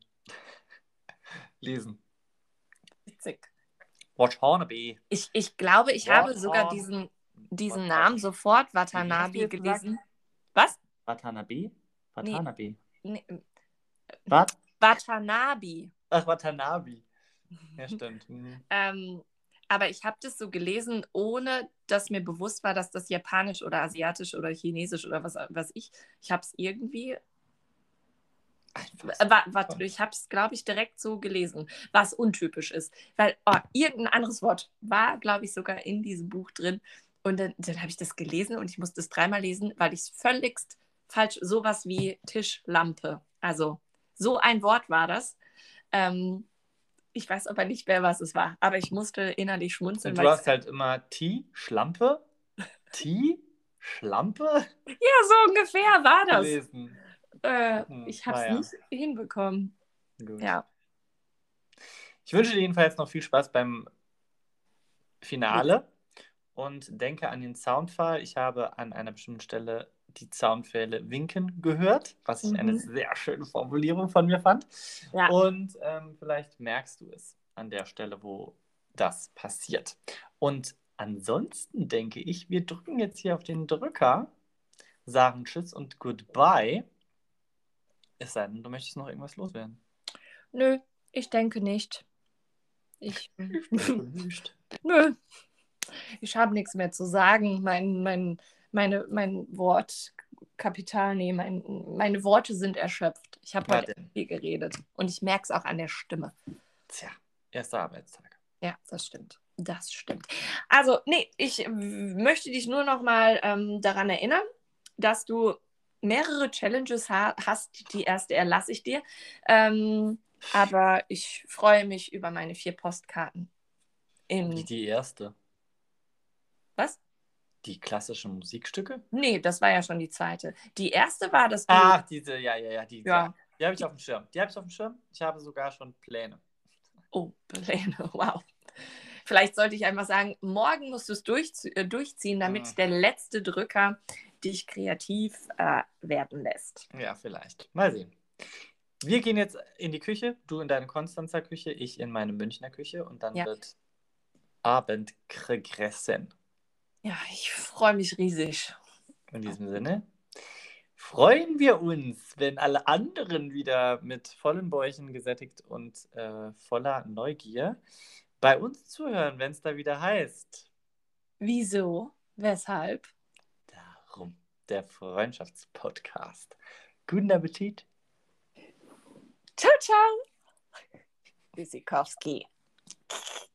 lesen. Witzig. Watanabe. Ich, ich glaube, ich habe sogar Watan- diesen, diesen Watan- Namen sofort Wie hast du Watanabe jetzt gesagt? gelesen. Was? Watanabe? Watanabe. Nee, Was? Watanabe. Ach, Watanabe. Ja, stimmt. Mhm. Ähm, aber ich habe das so gelesen, ohne dass mir bewusst war, dass das Japanisch oder Asiatisch oder Chinesisch oder was, was ich. Ich habe es irgendwie. Einfach Äh, wa- so. wa- ich habe es, glaube ich, direkt so gelesen, was untypisch ist. Weil oh, irgendein anderes Wort war, glaube ich, sogar in diesem Buch drin. Und dann, dann habe ich das gelesen und ich musste es dreimal lesen, weil ich es völligst falsch, sowas wie Tischlampe. Also so ein Wort war das. Ähm, ich weiß aber nicht mehr, was es war. Aber ich musste innerlich schmunzeln. Und weil du ich- hast halt immer T, Schlampe, T, Schlampe Ja, so ungefähr war das. gelesen. Äh, Hm, ich habe es naja. nicht hinbekommen. Gut. Ja. Ich wünsche dir jedenfalls noch viel Spaß beim Finale und denke an den Soundfall. Ich habe an einer bestimmten Stelle die Soundfälle winken gehört, was ich eine Mhm. sehr schöne Formulierung von mir fand. Ja. Und ähm, vielleicht merkst du es an der Stelle, wo das passiert. Und ansonsten denke ich, wir drücken jetzt hier auf den Drücker, sagen Tschüss und Goodbye. Es sei denn, du möchtest noch irgendwas loswerden. Nö, ich denke nicht. Ich. Ich denke nicht. Nö. Ich habe nichts mehr zu sagen. Mein, mein, meine, mein Wortkapital, nee, mein, meine Worte sind erschöpft. Ich habe Na heute denn. viel geredet und ich merke es auch an der Stimme. Tja, erster Arbeitstag. Ja, das stimmt. Das stimmt. Also, nee, ich möchte dich nur noch mal ähm, daran erinnern, dass du mehrere Challenges ha- hast. Die erste erlasse ich dir. Ähm, aber ich freue mich über meine vier Postkarten. Im, Wie die erste. was? Die klassischen Musikstücke? Nee, das war ja schon die zweite. Die erste war, dass du, Ach, diese, ja, ja, ja, die, ja. ja, Die habe ich auf dem Schirm. Die habe ich auf dem Schirm. Ich habe sogar schon Pläne. oh, Pläne, wow. Vielleicht sollte ich einfach sagen, morgen musst du es durch, äh, durchziehen, damit Hm. der letzte Drücker dich kreativ äh, werden lässt. Ja, vielleicht. Mal sehen. Wir gehen jetzt in die Küche. Du in deine Konstanzer Küche, ich in meine Münchner Küche. Und dann Ja. wird Abend gegessen. Ja, ich freue mich riesig. In diesem Sinne freuen wir uns, wenn alle anderen wieder mit vollen Bäuchen gesättigt und äh, voller Neugier bei uns zuhören, wenn es da wieder heißt. Wieso? Weshalb? Darum, der Freundschaftspodcast. Guten Appetit. Ciao, ciao. Tschüssikowski.